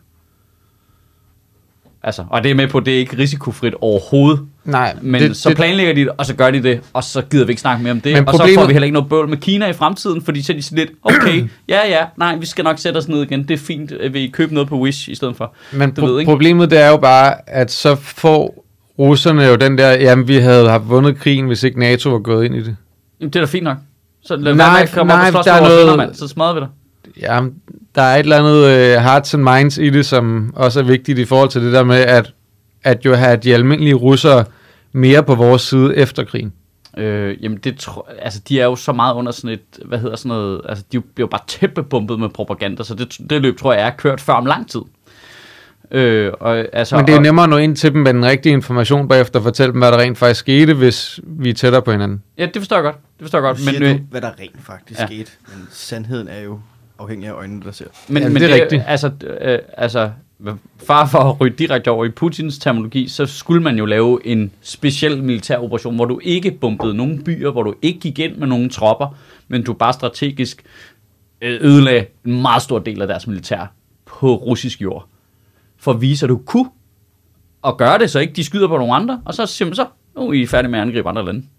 Altså, og det er med på, det er ikke risikofrit overhovedet. Nej. Men så planlægger de det, og så gør de det, og så gider vi ikke snakke mere om det. Og så får vi heller ikke noget bøvl med Kina i fremtiden, fordi så er de sådan lidt, okay, nej, vi skal nok sætte os ned igen. Det er fint, at vi køber noget på Wish i stedet for. Men problemet det er jo bare, at så får russerne jo den der, jamen vi havde haft vundet krigen, hvis ikke NATO var gået ind i det. Jamen, det er da fint nok. Så lad nej, der er noget... Venner, så smadrer vi dig. Ja, der er et eller andet hearts and minds i det, som også er vigtigt i forhold til det der med, at jo have de almindelige russere mere på vores side efter krigen. Jamen, altså, de er jo så meget under sådan et, altså, de bliver jo bare tæppebumpet med propaganda, så det løb, tror jeg, er kørt før om lang tid. Altså, men det er nemmere at nå ind til dem med den rigtige information bagefter og fortælle dem, hvad der rent faktisk skete, hvis vi er tættere på hinanden. Ja, det forstår jeg godt. Men hvad der rent faktisk skete, men sandheden er jo afhængig af øjnene, der ser. Men det er rigtigt. Altså, for at ryge direkte over i Putins terminologi, så skulle man jo lave en speciel militær operation, hvor du ikke bombede nogen byer, hvor du ikke gik ind med nogen tropper, men du bare strategisk ødelagde en meget stor del af deres militær på russisk jord. For at vise, at du kunne, og gøre det, så ikke de skyder på nogle andre, og så siger man så, nu er I færdige med at angribe andre lande.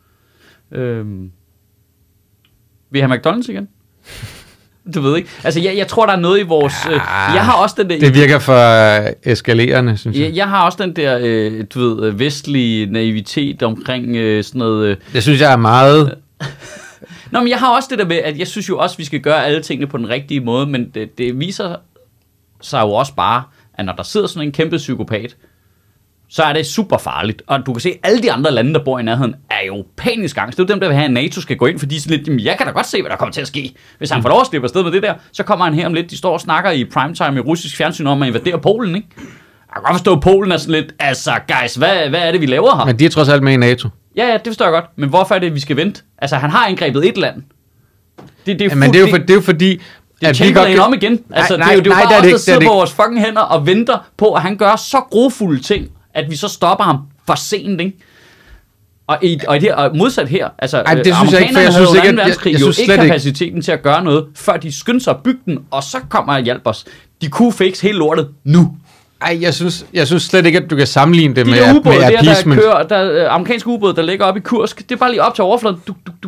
Vil I have McDonald's igen? Du ved ikke. Altså, jeg tror, der er noget i vores... jeg har også den der... Det virker for eskalerende, synes jeg. Jeg har også den der, du ved, vestlige naivitet omkring sådan noget... Det synes jeg er meget... Nå, men jeg har også det der med, at jeg synes jo også, vi skal gøre alle tingene på den rigtige måde, men det viser sig jo også bare, at når der sidder sådan en kæmpe psykopat, så er det super farligt. Og du kan se, at alle de andre lande, der bor i nærheden, er jo panisk angst. Det er jo dem, der vil have, at NATO skal gå ind, fordi sådan lidt, jeg kan da godt se, hvad der kommer til at ske. Hvis han får lov at slippe afsted med det der, så kommer han her om lidt. De står og snakker i primetime i russisk fjernsyn om at invadere Polen, ikke? Jeg kan godt forstå, at Polen er sådan lidt, altså guys, hvad er det, vi laver her? Men de er trods alt med i NATO. Ja, det forstår jeg godt. Men hvorfor er det, vi skal vente? Altså, han har angrebet et land. Men det er jo fordi... Det er Chamberlain om igen. Altså, det er jo bare os, der sidder på vores fucking hænder og venter på, at han gør så grofulde ting, at vi så stopper ham for sent, ikke? Og modsat her, altså amerikanerne havde jo 2. verdenskrig jo ikke kapaciteten til at gøre noget, før de skyndte sig at bygge den, og så kommer og hjælper os. De kunne fikse hele lortet nu. Ej, jeg synes slet ikke, at du kan sammenligne det med appeasement. Der amerikanske ubåde, der ligger op i Kursk, det er bare lige op til overfladen.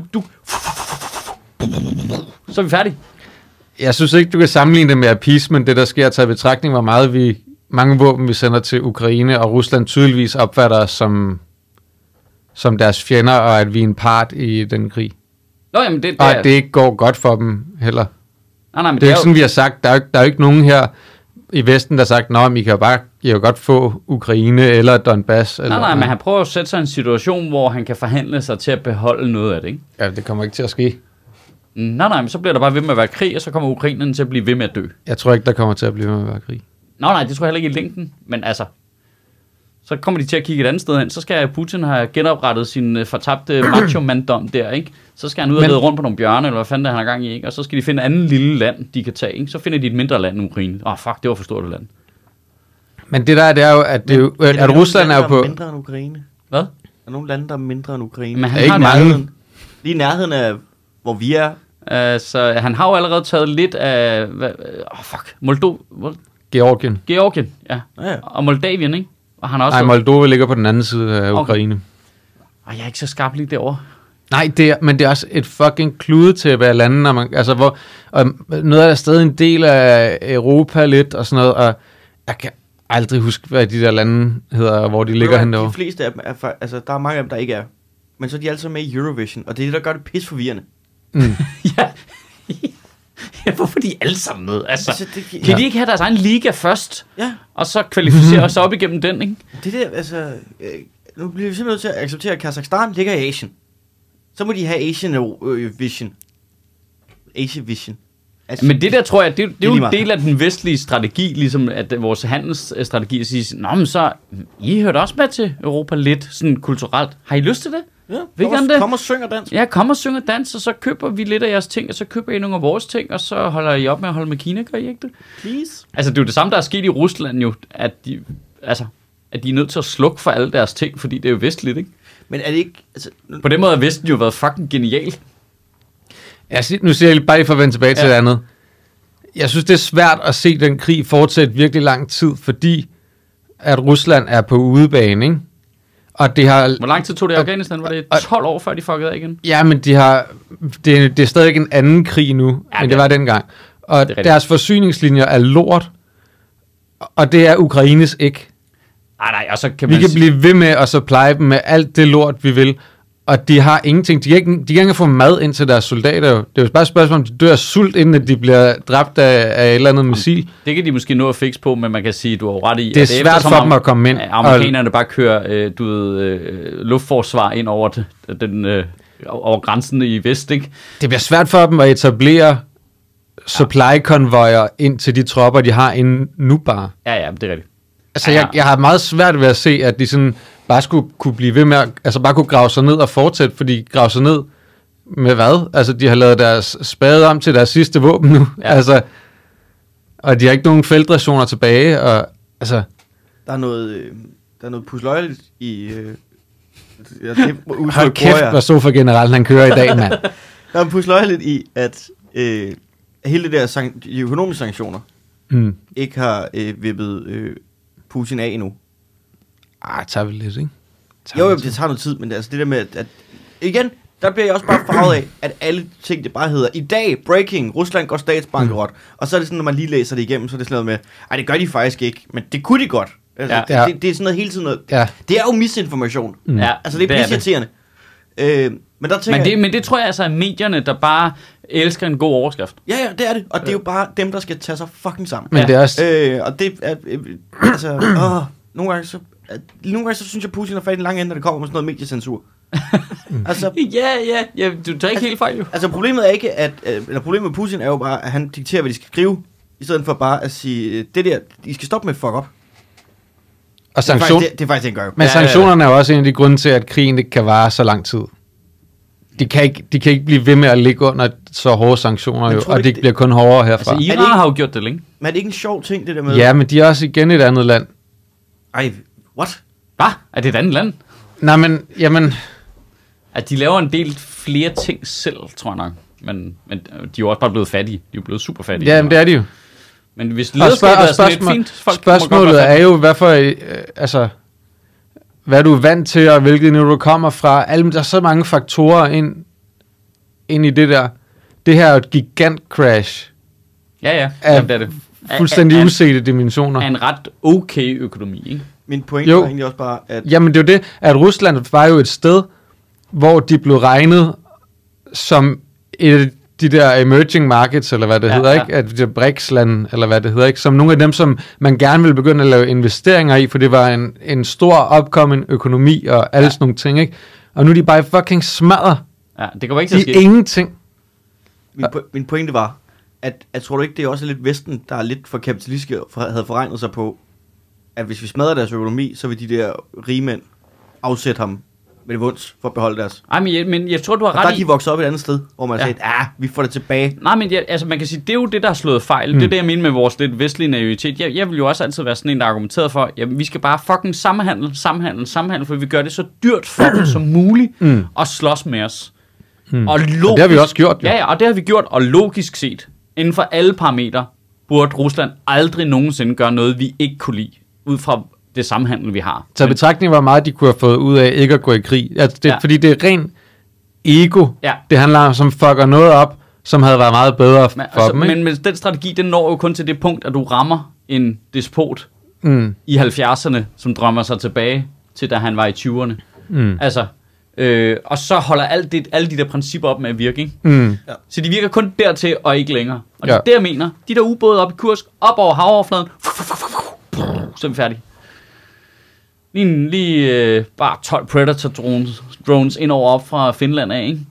Så er vi færdige. Jeg synes ikke, du kan sammenligne det med appeasement, det der sker til betragtning, hvor mange våben vi sender til Ukraine, og Rusland tydeligvis opfatter os som deres fjender, og at vi er en part i den krig. Nå, jamen det og at det ikke går godt for dem heller. Nej, men det er jo ikke sådan, vi har sagt. Der er jo ikke nogen her i Vesten, der har sagt, nå, I kan jo godt få Ukraine eller Donbass. Nej, men han prøver at sætte sig i en situation, hvor han kan forhandle sig til at beholde noget af det, ikke? Ja, det kommer ikke til at ske. Nej, men så bliver der bare ved med at være krig, og så kommer ukrainerne til at blive ved med at dø. Jeg tror ikke, der kommer til at blive ved med at være krig. Nej, det tror jeg heller ikke i længden, men altså, så kommer de til at kigge et andet sted hen, så skal Putin have genoprettet sin fortabte macho-manddom der, ikke? Så skal han ud og lede rundt på nogle bjørne, eller hvad fanden der han har gang i, ikke? Og så skal de finde et andet lille land, de kan tage, ikke? Så finder de et mindre land end Ukraine. Fuck, det var for stort et land. Men det er jo, at Rusland er jo på... mindre end Ukraine? Hvad? Er der nogle lande, der er mindre end Ukraine? Men han ikke mange. Lige i nærheden af, hvor vi er. Så han har jo allerede taget lidt af... Georgien, ja. Og Moldavien, ikke? Og han også... Nej, Moldova ligger på den anden side af Ukraine. Jeg er ikke så skarp lige derovre. Nej, men det er også et fucking kludetæppe af lande, og noget er stadig en del af Europa lidt, og sådan noget, og jeg kan aldrig huske, hvad de der lande hedder, hvor de ligger hen derovre. De fleste af dem er, altså der er mange af dem, der ikke er. Men så er de altså med i Eurovision, og det er det, der gør det pis forvirrende. Ja, hvorfor de alle sammen med? Altså, kan de ikke have deres egen liga først? Ja. Og så kvalificere os op igennem den, ikke? Det der, altså... nu bliver vi simpelthen nødt til at acceptere, at Kazakhstan ligger i Asien. Så må de have Asian Vision. Asian Vision. Altså, men det der, tror jeg, det er jo en del af den vestlige strategi, ligesom at vores handelsstrategi at sige, nå, men så, I hørte også med til Europa lidt, sådan kulturelt. Har I lyst til det? Ja, kom og synger dans. Ja, kom og synger dans, og så køber vi lidt af jeres ting, og så køber I nogle af vores ting, og så holder I op med at holde med Kina, gør I ikke det? Please. Altså, det er jo det samme, der er sket i Rusland jo, at de er nødt til at slukke for alle deres ting, fordi det er jo vestligt, ikke? Men er det ikke... Altså, på den måde har Vesten jo været fucking genial. Nu siger jeg bare lige for at vende tilbage til det andet. Jeg synes, det er svært at se den krig fortsætte virkelig lang tid, fordi at Rusland er på udebane, ikke? Og det har... Hvor lang tid tog det i Afghanistan? Var det 12 år, før de fuckede af igen? Ja, men de har... Det er stadig en anden krig nu, end det var dengang. Og deres forsyningslinjer er lort, og det er Ukraines ikke. Nej, og så kan vi kan blive ved med at supply dem med alt det lort, vi vil, og de har ingenting. De kan ikke engang få mad ind til deres soldater. Det er jo bare et spørgsmål, om de dør af sult, inden de bliver dræbt af et eller andet missil. Det kan de måske nå at fikse på, men man kan sige, du har ret i... Det er svært for dem at komme ind. Amerikanerne bare kører luftforsvar ind over, over grænsen i vest, ikke? Det bliver svært for dem at etablere supply-konvojer ind til de tropper, de har inden nu bare. Ja, det er rigtigt. Altså, jeg har meget svært ved at se, at de sådan bare skulle kunne blive ved med at, altså bare kunne grave sig ned og fortsætte, fordi grave sig ned med hvad? Altså, de har lavet deres spade om til deres sidste våben nu. Ja. Altså, og de har ikke nogen feltrationer tilbage, og altså... Der er noget pusløjeligt i... hold kæft, hvor sofa-generalen han kører i dag, mand. Der er pusløjeligt i, at hele det der de økonomiske sanktioner ikke har vippet Putin af endnu. Tager vi lidt, ikke? Jo, det tager noget tid, men det der med, at igen, der bliver jeg også bare farvet af, at alle ting, det bare hedder, i dag, breaking, Rusland går statsbankerot, og så er det sådan, når man lige læser det igennem, så er det sådan noget med, det gør de faktisk ikke, men det kunne de godt. Altså, det er sådan noget hele tiden noget, det er jo misinformation. Altså, det er pisseirriterende. Men der tænker men det tror jeg altså er medierne, der bare elsker en god overskrift. Ja, det er det. Og det er jo bare dem, der skal tage sig fucking sammen. Men det er også... og det er... altså... nogle gange så synes jeg, Putin har fat i en lang ende, når det kommer med sådan noget mediecensur. Altså... Ja, du tager ikke helt fejl jo. Altså, problemet er ikke, problemet med Putin er jo bare, at han dikterer, hvad de skal skrive, i stedet for bare at sige, det der, de skal stoppe med fuck up. Og det er faktisk det, han gør. Men sanktionerne er jo også en af de grunde til, at krigen ikke kan vare så lang tid. De kan ikke blive ved med at ligge under så hårde sanktioner, jo, og det bliver kun hårdere herfra. Altså, Iran har jo gjort det længe. Men er det ikke en sjov ting, det der med... Ja, men de er også igen et andet land. Ej, what? Hvad? Er det et andet land? Nej, men, jamen... At de laver en del flere ting selv, tror jeg nok. Men de er jo også bare blevet fattige. De er jo blevet super fattige. Ja, men det er de jo. Men hvis lederskabet er sådan lidt fint... Spørgsmålet er jo, hvad er du vant til, og hvilket niveau du kommer fra. Der er så mange faktorer ind i det der. Det her er et gigant crash. Ja. Jamen, det er det. Fuldstændig usete dimensioner. Er en ret okay økonomi, ikke? Min pointe var egentlig også bare, at... Jamen, det er jo det, at Rusland var jo et sted, hvor de blev regnet som et af de der emerging markets, eller hvad det hedder, ikke? At det BRICS-land, eller hvad det hedder, ikke? Som nogle af dem, som man gerne ville begynde at lave investeringer i, for det var en stor upcoming økonomi og alle sådan nogle ting, ikke? Og nu er de bare fucking smadret. Ja, det kommer ikke til at ske. Ingenting. Min pointe var, at tror du ikke, det er også lidt Vesten, der er lidt for kapitalistiske, havde forregnet sig på, at hvis vi smadrer deres økonomi, så vil de der rige mænd afsætte ham med det vunds for at beholde deres. Ej, men jeg tror, du har ret i... Der er de vokset op et andet sted, hvor man har sagt, vi får det tilbage. Nej, men altså, man kan sige, det er jo det, der har slået fejl. Det er det, jeg mener med vores lidt vestlige naivitet. Jeg vil jo også altid være sådan en, der argumenterede for, jamen, vi skal bare fucking samhandle, for vi gør det så dyrt for dem som muligt at slås med os. Og det har vi også gjort, jo. Ja, og det har vi gjort, og logisk set, inden for alle parametre, burde Rusland aldrig nogensinde gøre noget, vi ikke kunne lide, ud fra det samhandel, vi har. Så betragtning var meget, de kunne have fået ud af ikke at gå i krig. Altså, fordi det er ren ego. Ja. Det handler om, som fucker noget op, som havde været meget bedre for dem. Ikke? Men den strategi, den når jo kun til det punkt, at du rammer en despot i 70'erne, som drømmer sig tilbage til, da han var i 20'erne. Altså, og så holder alle de der principper op med at virke. Ikke? Så de virker kun dertil og ikke længere. Og det er det, jeg mener. De der ubåde op i Kursk, op over havoverfladen, så er vi færdige. Lige bare 12 Predator drones ind over op fra Finland af, ikke?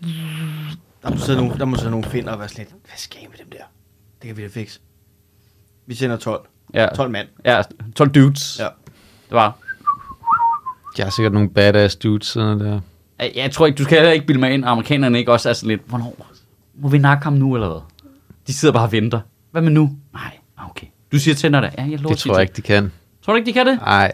Der må sidde nogle finner og være sådan lidt, hvad skal I med dem der? Det kan vi da fikse. Vi sender 12. Ja. 12 mand. Ja, 12 dudes. Ja. Det var. Jeg har sikkert nogle badass dudes sådan der. Jeg tror ikke, du skal heller ikke bilde mig ind, amerikanerne ikke også er sådan lidt, hvornår? Må vi nakke ham nu, eller hvad? De sidder bare og venter. Hvad med nu? Nej, okay. Du siger til dig, ja, jeg lover. Det tror jeg ikke, de kan. Tror du ikke, de kan det? Nej.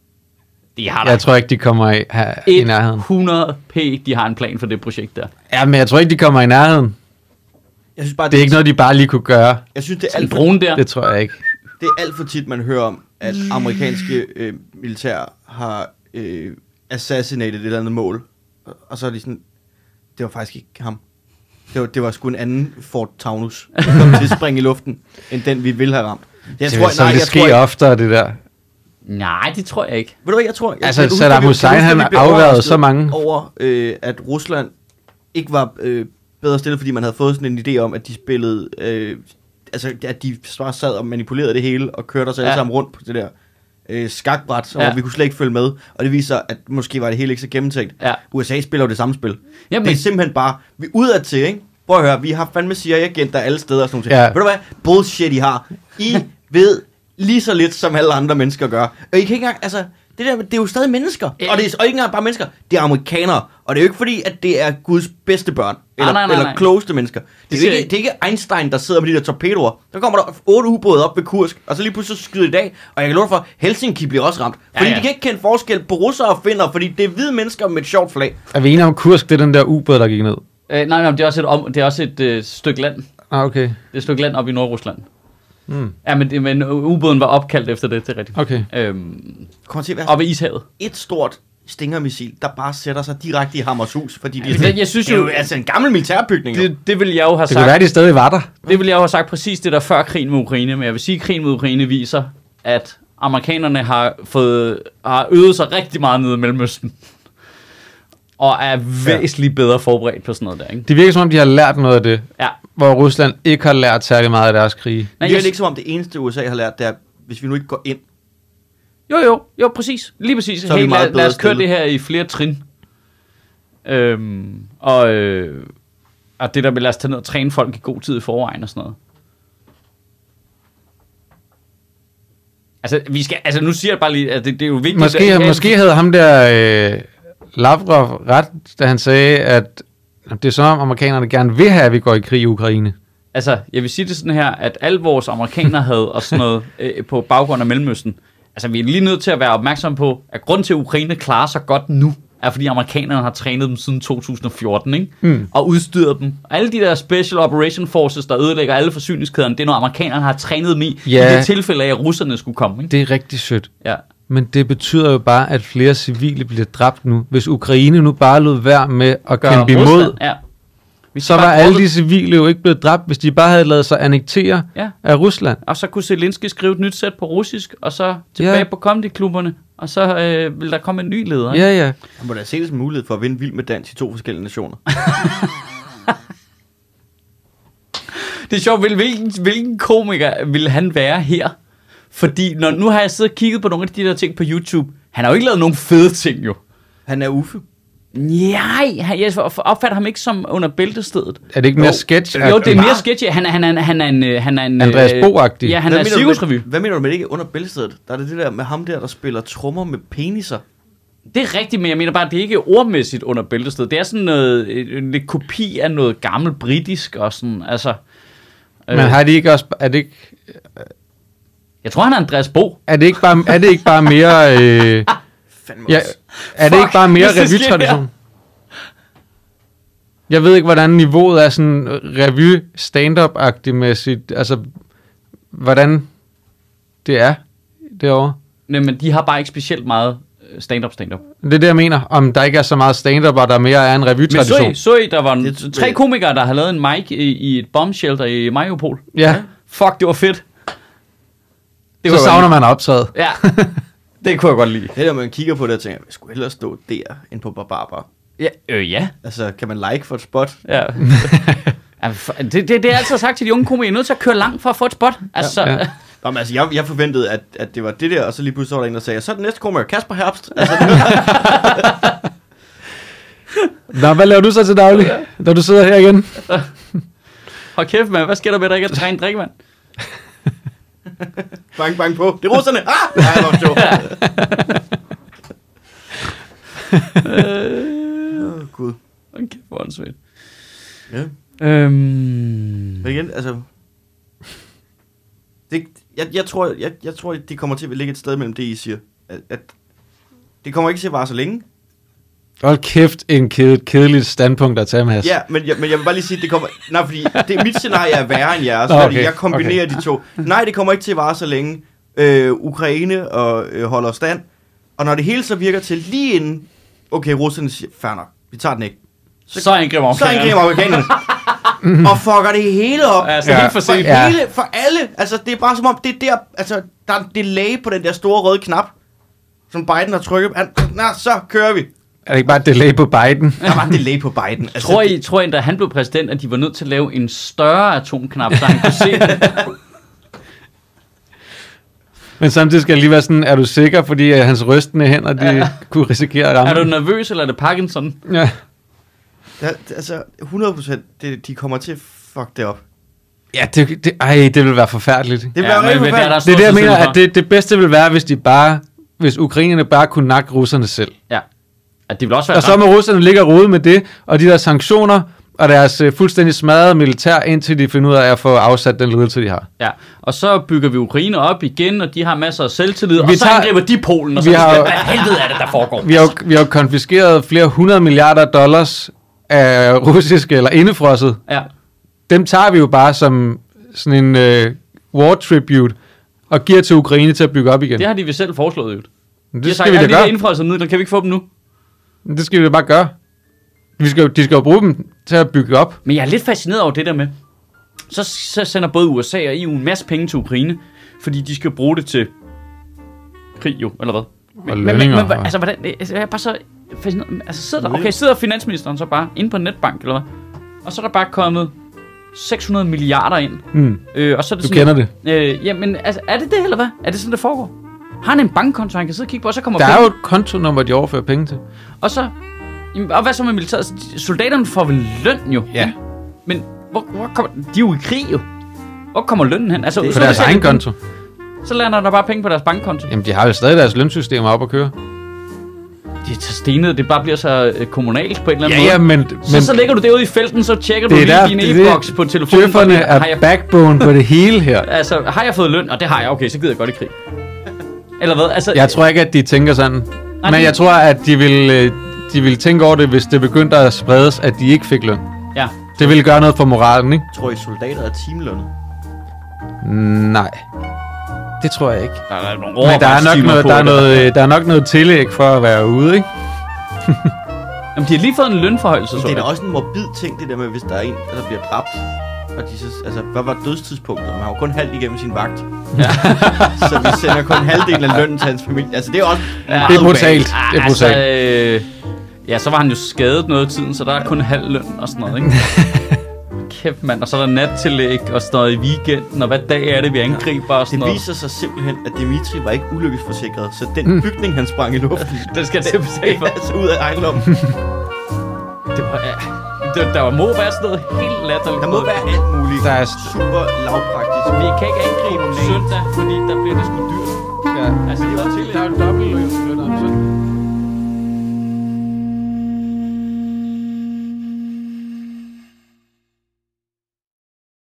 De har Jeg tror ikke, de kommer i nærheden. 100 p, de har en plan for det projekt der. Ja, men jeg tror ikke, de kommer i nærheden. Jeg synes bare, Det er ikke noget, de bare lige kunne gøre. Jeg synes, det er En alt for, drone der. Det tror jeg ikke. det er alt for tit, man hører om, at amerikanske militær har assassinated et eller andet mål. Og så er de sådan, det var faktisk ikke ham. Det var sgu en anden Fort Taunus, der kom til at springe i luften, end den vi ville have ramt. Det sker oftere, det der. Nej, det tror jeg ikke. Ved du hvad, jeg tror... Altså, Saddam Hussein, han afværede så mange. Over, at Rusland ikke var bedre stillet, fordi man havde fået sådan en idé om, at de spillede... altså, at de bare sad og manipulerede det hele, og kørte os alle sammen rundt på det der skakbræt, hvor vi kunne slet ikke følge med. Og det viser, at måske var det hele ikke så gennemtænkt. Ja. USA spiller jo det samme spil. Jamen. Det er simpelthen bare... Vi er udadtil, ikke? Prøv at høre, vi har fandme CIA-agenter alle steder og sådan noget. Ja. Ved du hvad? Bullshit, I har. I ved lige så lidt, som alle andre mennesker gør. Og I kan ikke engang... Altså, det er jo stadig mennesker. Og det er ikke engang bare mennesker. Det er amerikanere. Og det er jo ikke fordi, at det er Guds bedste børn. Eller klogeste mennesker. Det er ikke Einstein, der sidder med de der torpedoer. Der kommer der 8 ubåde op ved Kursk. Og så lige pludselig skyder i dag. Og jeg kan love for, Helsinki bliver også ramt. Fordi de kan ikke kende forskel på russere og finner. Fordi det er hvide mennesker med et sjovt flag. Er vi enige om Kursk, det er den der ubåd, der gik ned? Nej, det er også et stykke land. Okay. Det er et stykke land op i Nordrusland. Ja, men ubåden var opkaldt efter det er rigtigt. Okay. Kommer til at være op i Ishavet. Et stort stingermissil, der bare sætter sig direkte i Hammershus, fordi jeg synes jo, det er jo altså en gammel militærbygning. Det vil jeg jo have sagt. Det kan være, de stadig var der. Det vil jeg jo have sagt præcis det der før krigen med Ukraine, men jeg vil sige, at krigen med Ukraine viser, at amerikanerne har øvet sig rigtig meget nede i Mellemøsten. Og er væsentligt bedre forberedt på sådan noget der, ikke? Det virker som om, de har lært noget af det. Ja. Hvor Rusland ikke har lært særlig meget af deres krige. Nej, det er ikke som om det eneste USA har lært, det er, hvis vi nu ikke går ind. Jo, præcis. Lige præcis. Så hey, lad os køre det her i flere trin. Og det der med, lad os tage ned og træne folk i god tid i forvejen og sådan noget. Altså, nu siger jeg bare lige, at det er jo vigtigt. Måske havde ham der Lavrov ret, da han sagde, at det er sådan, at amerikanerne gerne vil have, at vi går i krig i Ukraine. Altså, jeg vil sige det sådan her, at alle vores amerikanere havde og sådan noget på baggrund af Mellemøsten. Altså, vi er lige nødt til at være opmærksomme på, at grund til, at Ukraine klarer sig godt nu, er fordi amerikanerne har trænet dem siden 2014, ikke? Og udstyret dem. Alle de der Special Operation Forces, der ødelægger alle forsyningskæderne, det er noget, amerikanerne har trænet dem i det tilfælde af, at russerne skulle komme, ikke? Det er rigtig sødt. Ja. Men det betyder jo bare, at flere civile bliver dræbt nu. Hvis Ukraine nu bare lod være med at kæmpe imod, så var alle de civile jo ikke blevet dræbt, hvis de bare havde ladet sig annektere af Rusland. Og så kunne Zelensky skrive et nyt sæt på russisk, og så tilbage på comedy-klubberne, og så vil der komme en ny leder. Ja. Han må da se det som mulighed for at vinde vild med dans i 2 forskellige nationer. Det er sjovt, hvilken komiker vil han være her? Fordi nu har jeg siddet og kigget på nogle af de der ting på YouTube. Han har jo ikke lavet nogen fede ting, jo. Han er Uffe. Nej, jeg opfatter ham ikke som under bæltestedet. Er det ikke mere sketch? Jo, det er mere sketch. Han er en Andreas Bo-agtig. Ja, han er cirkusrevy. Hvad mener du med det ikke under bæltestedet? Der er det der med ham der spiller trommer med peniser. Det er rigtigt, men jeg mener bare, det er ikke ordmæssigt under bæltestedet. Det er sådan noget, en lidt kopi af noget gammelt britisk og sådan, altså. Men har de ikke også, er det ikke... Jeg tror, han er Andreas Bo. Er det ikke bare mere... er det ikke bare mere revy-tradition? Jeg ved ikke, hvordan niveauet er sådan revy stand-up-agtigt med sit... Altså, hvordan det er derovre. Nej, men de har bare ikke specielt meget stand-up. Det er det, jeg mener. Om der ikke er så meget stand-up, og der mere er en revy-tradition. Men så I, der var 3 komikere, der har lavet en mic i et bombshelter i Mariupol. Ja. Fuck, det var fedt. Så savner man optaget. Ja, det kunne jeg godt lide. Det der, man kigger på det og tænker, jeg skulle hellere stå der, end på Barbar. Ja. Altså, kan man like for et spot? Ja. Det er altid sagt til de unge komikere, I er nødt til at køre langt for at få et spot. Altså, Nå, men altså, jeg forventede, at det var det der, og så lige pludselig var der en, der sagde, så er den næste komiker Kasper Herbst. Altså, Nå, hvad laver du så til daglig, da du sidder her igen? Hold kæft, mand. Hvad sker der med, der ikke er trænet drikkevand? bang på. Det er russerne. Nej, det var sjovt. Gud. Okay, hvor er det svært. Ja. Men igen, altså... Jeg tror, det kommer til at ligge et sted mellem det, I siger. At det kommer ikke til at vare så længe. Hold kæft, en kedeligt standpunkt at tage, Mads. Ja, men jeg vil bare lige sige, at det kommer... Nej, fordi mit scenarie er værre end jeres, fordi jeg kombinerer de to. Nej, det kommer ikke til at vare så længe. Ukraine holder stand. Og når det hele så virker til lige inden... Okay, russerne siger, fair nok, vi tager den ikke. Så angriber amerikanerne. Og fucker det hele op. Altså, helt for sent. For alle. Altså, det er bare som om, det er der... Altså, der er en delay på den der store røde knap, som Biden har trykket. Så kører vi. Er det ikke bare et delay på Biden? Der var et delay på Biden. Altså, tror I, da han blev præsident, at de var nødt til at lave en større atomknap, så han kunne se det? Men samtidig skal jeg lige være sådan, er du sikker, fordi hans rystende hænder, de kunne risikere at ramme? Er du nervøs, eller er det Parkinson? Ja. Altså, 100% de kommer til at fuck det op. Ja, det vil være forfærdeligt. Det vil være rigtig forfærdeligt. Det er det, jeg mener, at det bedste vil være, hvis ukrainerne bare kunne nakke russerne selv. Ja. At det vil også være og så må russerne ligge og rode med det, og de der sanktioner, og deres fuldstændig smadrede militær, indtil de finder ud af at få afsat den ledelse, de har. Ja, og så bygger vi Ukraine op igen, og de har masser af selvtillid, og så angriber de Polen, og så hvad helvede er det, der foregår? Vi har konfiskeret flere 100 milliarder dollars af russiske, eller indefrosset. Ja. Dem tager vi jo bare som sådan en war tribute, og giver til Ukraine til at bygge op igen. Det har de vel selv foreslået, jo. Det skal vi da gøre. Indefrosset midler, kan vi ikke få dem nu? Det skal vi da bare gøre. De skal jo bruge dem til at bygge op. Men jeg er lidt fascineret over det der med, så sender både USA og EU en masse penge til Ukraine, fordi de skal bruge det til krig jo, eller hvad? Og lønninger. Men altså, hvordan, jeg er bare så fascineret. Altså, sidder finansministeren så bare inde på en netbank, eller hvad? Og så er der bare kommet 600 milliarder ind. Og så er det du kender det. Jamen, altså, er det det, eller hvad? Er det sådan, det foregår? Har han en bankkonto, han kan sidde og kigge på, og så kommer der er jo et kontonummer, de overfører penge til. Og hvad så med militæret? Soldaterne får vel løn jo? Ja. Men hvor kommer... De er jo i krig jo. Hvor kommer lønnen hen? Altså, på deres egen konto. Så lander der bare penge på deres bankkonto. Jamen, de har jo stadig deres lønsystemer op at køre. De er stenet, det bare bliver så kommunalt på en eller anden måde. Men så lægger du det ud i felten, så tjekker du lige din e-boks på telefonen. Djøfferne er backbone på det hele her. Altså, har jeg fået løn? Og det har jeg, okay, så gider jeg godt i krig. Eller hvad? Altså, jeg tror ikke, at de tænker sådan. Men jeg tror, at de ville tænke over det, hvis det begyndte at spredes, at de ikke fik løn. Ja. Det ville gøre noget for moralen, ikke? Tror I, soldater er timelønnet? Nej. Det tror jeg ikke. Men der er nok noget tillæg for at være ude, ikke? Jamen, de har lige fået en lønforhøjelse, så det er da også en morbid ting, det der med, hvis der er en, der bliver dræbt. Og de så, altså, hvad var dødstidspunktet? Man har jo kun halvt igennem sin vagt. Ja. Så vi sender kun halvdelen af lønnen til hans familie. Altså, det er også det er brutalt. Det er brutalt. Ja, så var han jo skadet noget af tiden, så der er kun halv løn og sådan noget, ikke? Kæft, mand. Og så er der nattillæg og sådan noget i weekenden, og hvad dag er det, vi angriber og sådan noget. Det viser sig simpelthen, at Dimitri var ikke ulykkesforsikret, så den bygning, han sprang i luften, den skal det betale altså ud af ejendommen. Der må være sådan noget helt latterligt. Der må være alt muligt. Der er super lavpraktisk. Vi kan ikke angribe søndag, fordi der bliver det sgu dyrt. Ja. Altså, der er jo dobbelt løn om søndag.